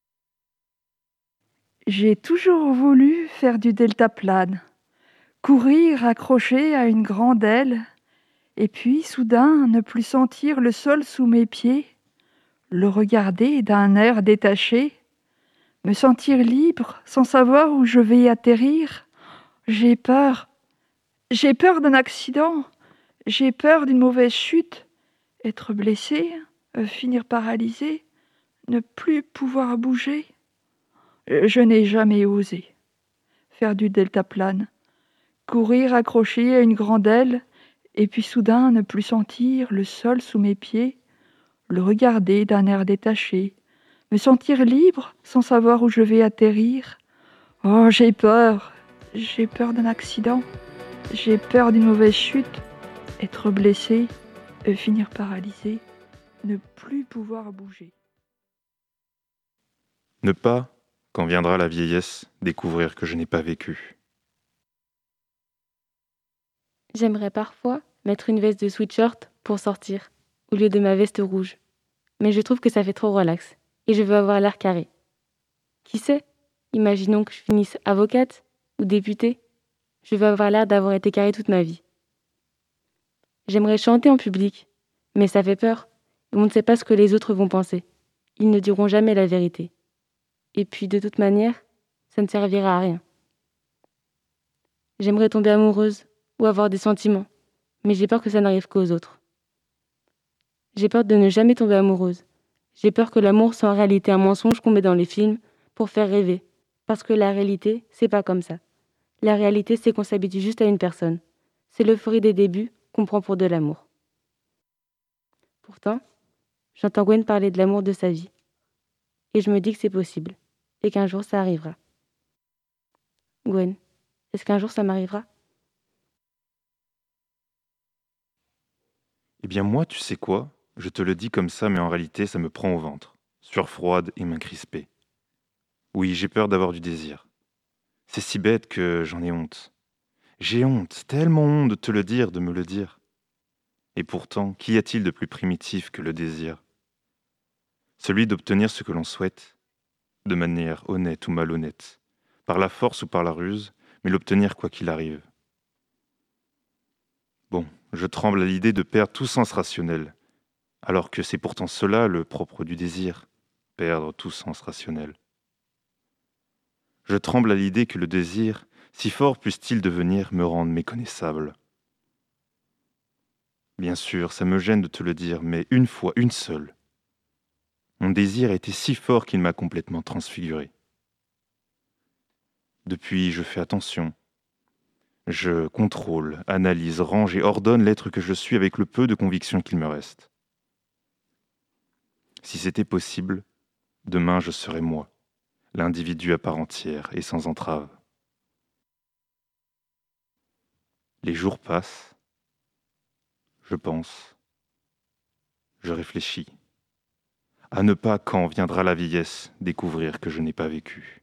J'ai toujours voulu faire du deltaplane, courir accroché à une grande aile, et puis soudain ne plus sentir le sol sous mes pieds, le regarder d'un air détaché, me sentir libre sans savoir où je vais atterrir. J'ai peur, j'ai peur d'un accident, j'ai peur d'une mauvaise chute, être blessé, euh, finir paralysé. ne plus pouvoir bouger. Je n'ai jamais osé faire du deltaplane, courir accroché à une grande aile, et puis soudain ne plus sentir le sol sous mes pieds, le regarder d'un air détaché, me sentir libre sans savoir où je vais atterrir. Oh, j'ai peur, j'ai peur d'un accident, j'ai peur d'une mauvaise chute, être blessé, et finir paralysé, ne plus pouvoir bouger. Ne pas, quand viendra la vieillesse, découvrir que je n'ai pas vécu. J'aimerais parfois mettre une veste de sweatshirt pour sortir, au lieu de ma veste rouge. Mais je trouve que ça fait trop relax, et je veux avoir l'air carré. Qui sait? Imaginons que je finisse avocate ou députée. Je veux avoir l'air d'avoir été carrée toute ma vie. J'aimerais chanter en public, mais ça fait peur, et on ne sait pas ce que les autres vont penser. Ils ne diront jamais la vérité. Et puis, de toute manière, ça ne servira à rien. J'aimerais tomber amoureuse ou avoir des sentiments, mais j'ai peur que ça n'arrive qu'aux autres. J'ai peur de ne jamais tomber amoureuse. J'ai peur que l'amour soit en réalité un mensonge qu'on met dans les films pour faire rêver, parce que la réalité, c'est pas comme ça. La réalité, c'est qu'on s'habitue juste à une personne. C'est l'euphorie des débuts qu'on prend pour de l'amour. Pourtant, j'entends Gwen parler de l'amour de sa vie. Et je me dis que c'est possible, et qu'un jour ça arrivera. Gwen, est-ce qu'un jour ça m'arrivera? Eh bien moi, tu sais quoi? Je te le dis comme ça, mais en réalité, ça me prend au ventre. Sueur froide et mains crispées. Oui, j'ai peur d'avoir du désir. C'est si bête que j'en ai honte. J'ai honte, tellement honte de te le dire, de me le dire. Et pourtant, qu'y a-t-il de plus primitif que le désir? Celui d'obtenir ce que l'on souhaite, de manière honnête ou malhonnête, par la force ou par la ruse, mais l'obtenir quoi qu'il arrive. Bon, je tremble à l'idée de perdre tout sens rationnel, alors que c'est pourtant cela le propre du désir, perdre tout sens rationnel. Je tremble à l'idée que le désir, si fort puisse-t-il devenir, me rende méconnaissable. Bien sûr, ça me gêne de te le dire, mais une fois, une seule, mon désir a été si fort qu'il m'a complètement transfiguré. Depuis, je fais attention. Je contrôle, analyse, range et ordonne l'être que je suis avec le peu de conviction qu'il me reste. Si c'était possible, demain je serais moi, l'individu à part entière et sans entrave. Les jours passent, je pense, je réfléchis, à ne pas, quand viendra la vieillesse, découvrir que je n'ai pas vécu.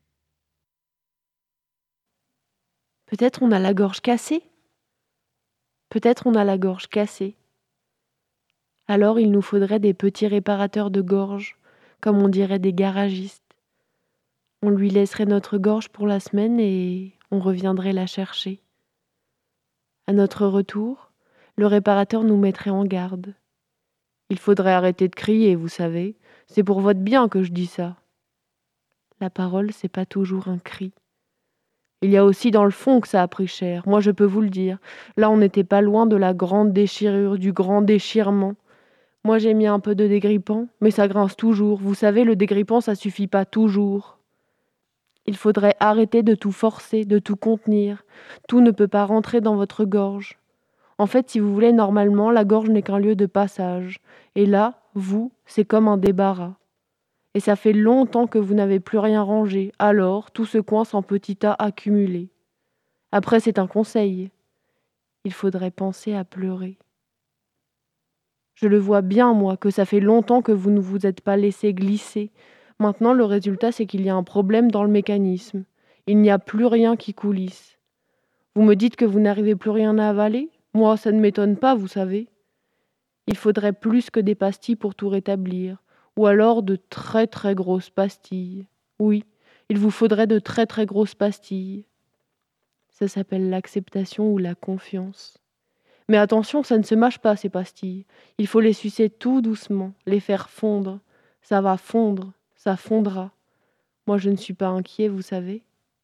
Peut-être on a la gorge cassée. Peut-être on a la gorge cassée. Alors il nous faudrait des petits réparateurs de gorge, comme on dirait des garagistes. On lui laisserait notre gorge pour la semaine et on reviendrait la chercher. À notre retour, le réparateur nous mettrait en garde. Il faudrait arrêter de crier, vous savez. C'est pour votre bien que je dis ça. La parole, c'est pas toujours un cri. Il y a aussi dans le fond que ça a pris cher. Moi, je peux vous le dire. Là, on n'était pas loin de la grande déchirure, du grand déchirement. Moi, j'ai mis un peu de dégrippant, mais ça grince toujours. Vous savez, le dégrippant, ça suffit pas toujours. Il faudrait arrêter de tout forcer, de tout contenir. Tout ne peut pas rentrer dans votre gorge. En fait, si vous voulez, normalement, la gorge n'est qu'un lieu de passage. Et là, vous, c'est comme un débarras. Et ça fait longtemps que vous n'avez plus rien rangé. Alors, tout se coince en petits tas accumulés. Après, c'est un conseil. Il faudrait penser à pleurer. Je le vois bien, moi, que ça fait longtemps que vous ne vous êtes pas laissé glisser. Maintenant, le résultat, c'est qu'il y a un problème dans le mécanisme. Il n'y a plus rien qui coulisse. Vous me dites que vous n'arrivez plus rien à avaler? Moi, ça ne m'étonne pas, vous savez. Il faudrait plus que des pastilles pour tout rétablir. Ou alors de très très grosses pastilles. Oui, il vous faudrait de très très grosses pastilles. Ça s'appelle l'acceptation ou la confiance. Mais attention, ça ne se mâche pas, ces pastilles. Il faut les sucer tout doucement, les faire fondre. Ça va fondre, ça fondra. Moi, je ne suis pas inquiet, vous savez.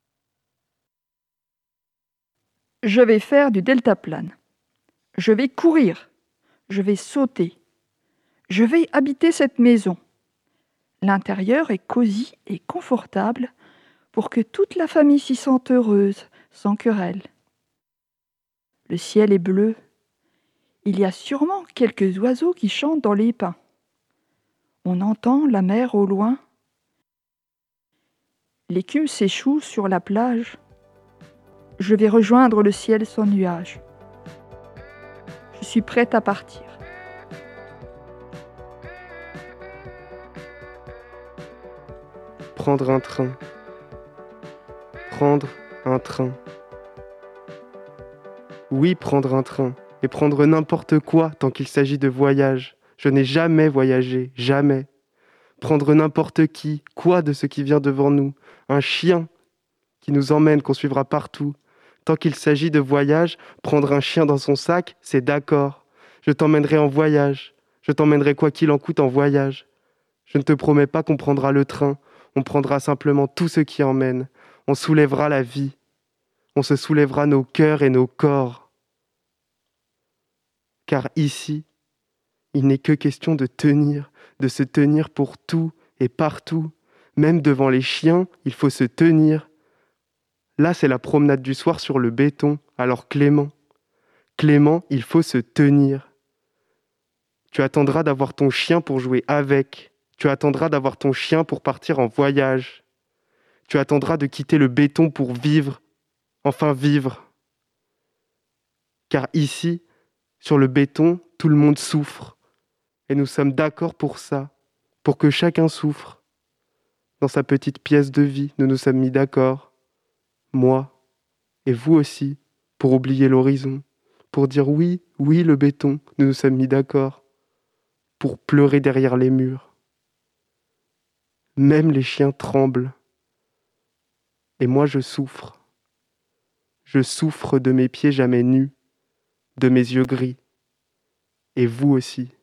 Je vais faire du deltaplane. Je vais courir. Je vais sauter. Je vais habiter cette maison. L'intérieur est cosy et confortable pour que toute la famille s'y sente heureuse, sans querelle. Le ciel est bleu. Il y a sûrement quelques oiseaux qui chantent dans les pins. On entend la mer au loin. L'écume s'échoue sur la plage. Je vais rejoindre le ciel sans nuages. Je suis prête à partir. Prendre un train. Prendre un train. Oui, prendre un train. Et prendre n'importe quoi tant qu'il s'agit de voyage. Je n'ai jamais voyagé, jamais. Prendre n'importe qui, quoi de ce qui vient devant nous. Un chien qui nous emmène, qu'on suivra partout. Tant qu'il s'agit de voyage, prendre un chien dans son sac, c'est d'accord. Je t'emmènerai en voyage. Je t'emmènerai quoi qu'il en coûte en voyage. Je ne te promets pas qu'on prendra le train. On prendra simplement tout ce qui emmène. On soulèvera la vie. On se soulèvera nos cœurs et nos corps. Car ici, il n'est que question de tenir, de se tenir pour tout et partout. Même devant les chiens, il faut se tenir. Là, c'est la promenade du soir sur le béton. Alors Clément, Clément, il faut se tenir. Tu attendras d'avoir ton chien pour jouer avec. Tu attendras d'avoir ton chien pour partir en voyage. Tu attendras de quitter le béton pour vivre, enfin vivre. Car ici, sur le béton, tout le monde souffre. Et nous sommes d'accord pour ça, pour que chacun souffre. Dans sa petite pièce de vie, nous nous sommes mis d'accord. Moi, et vous aussi, pour oublier l'horizon. Pour dire oui, oui, le béton, nous nous sommes mis d'accord. Pour pleurer derrière les murs. Même les chiens tremblent. Et moi, je souffre. Je souffre de mes pieds jamais nus, de mes yeux gris. Et vous aussi.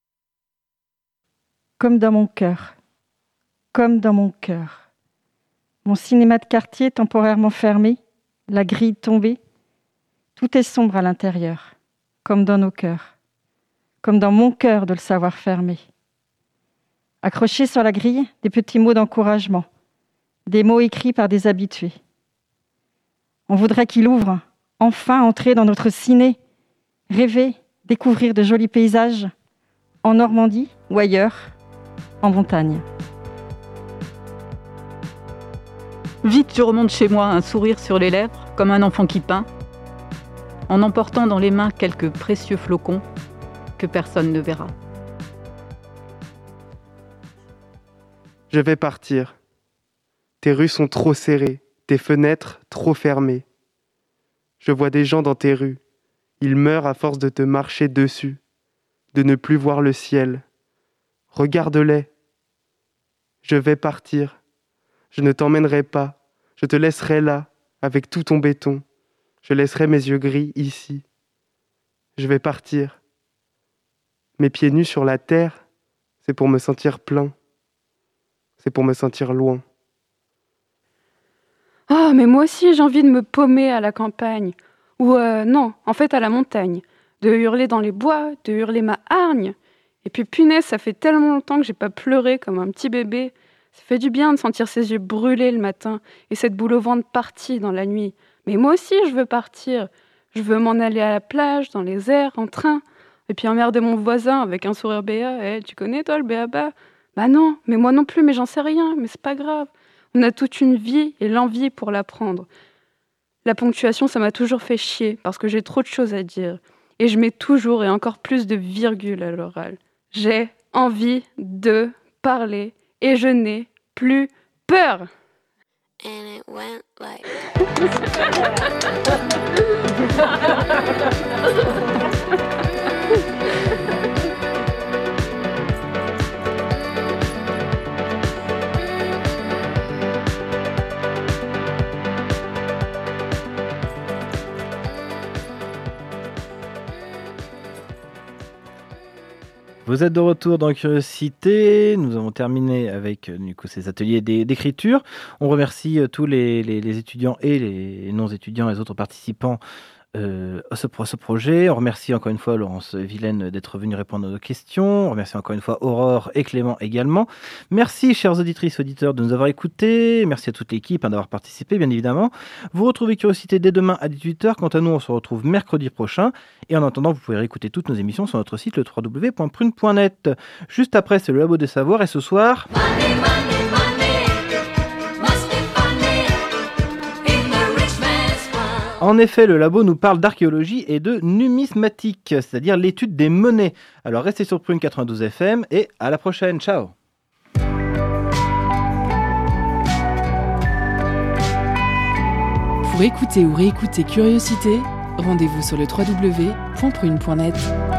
Comme dans mon cœur. Comme dans mon cœur. Mon cinéma de quartier temporairement fermé, la grille tombée. Tout est sombre à l'intérieur, comme dans nos cœurs. Comme dans mon cœur de le savoir fermé. Accrochés sur la grille, des petits mots d'encouragement. Des mots écrits par des habitués. On voudrait qu'il ouvre, enfin entrer dans notre ciné, rêver, découvrir de jolis paysages, en Normandie ou ailleurs, en montagne. Vite, je remonte chez moi, un sourire sur les lèvres, comme un enfant qui peint, en emportant dans les mains quelques précieux flocons que personne ne verra. Je vais partir. Tes rues sont trop serrées, tes fenêtres trop fermées. Je vois des gens dans tes rues. Ils meurent à force de te marcher dessus, de ne plus voir le ciel. Regarde-les. Je vais partir. Je ne t'emmènerai pas. Je te laisserai là, avec tout ton béton. Je laisserai mes yeux gris ici. Je vais partir. Mes pieds nus sur la terre, c'est pour me sentir plein. C'est pour me sentir loin. Oh, mais moi aussi, j'ai envie de me paumer à la campagne. Ou euh, non, en fait, à la montagne. De hurler dans les bois, de hurler ma hargne. Et puis, punaise, ça fait tellement longtemps que j'ai pas pleuré comme un petit bébé. Ça fait du bien de sentir ses yeux brûlés le matin et cette boule au ventre partie dans la nuit. Mais moi aussi, je veux partir. Je veux m'en aller à la plage, dans les airs, en train. Et puis emmerder mon voisin avec un sourire béat. Eh, tu connais, toi, le béaba? Bah non, mais moi non plus, mais j'en sais rien. Mais c'est pas grave. On a toute une vie et l'envie pour l'apprendre. La ponctuation, ça m'a toujours fait chier parce que j'ai trop de choses à dire. Et je mets toujours et encore plus de virgules à l'oral. J'ai envie de parler et je n'ai plus peur. And it went like Vous êtes de retour dans Curiosité. Nous avons terminé avec du coup, ces ateliers d'écriture. On remercie tous les, les, les étudiants et les non-étudiants et les autres participants euh, ce, ce projet. On remercie encore une fois Laurence Vilaine d'être venue répondre à nos questions. On remercie encore une fois Aurore et Clément également. Merci, chères auditrices, auditeurs, de nous avoir écoutés. Merci à toute l'équipe hein, d'avoir participé, bien évidemment. Vous retrouvez Curiosité dès demain à dix-huit heures. Quant à nous, on se retrouve mercredi prochain. Et en attendant, vous pouvez réécouter toutes nos émissions sur notre site le w w w point prune point net. Juste après, c'est le Labo des Savoirs. Et ce soir... Money, money, money. En effet, le labo nous parle d'archéologie et de numismatique, c'est-à-dire l'étude des monnaies. Alors restez sur Prune quatre-vingt-douze F M et à la prochaine. Ciao. Pour écouter ou réécouter Curiosité, rendez-vous sur le w w w point prune point net.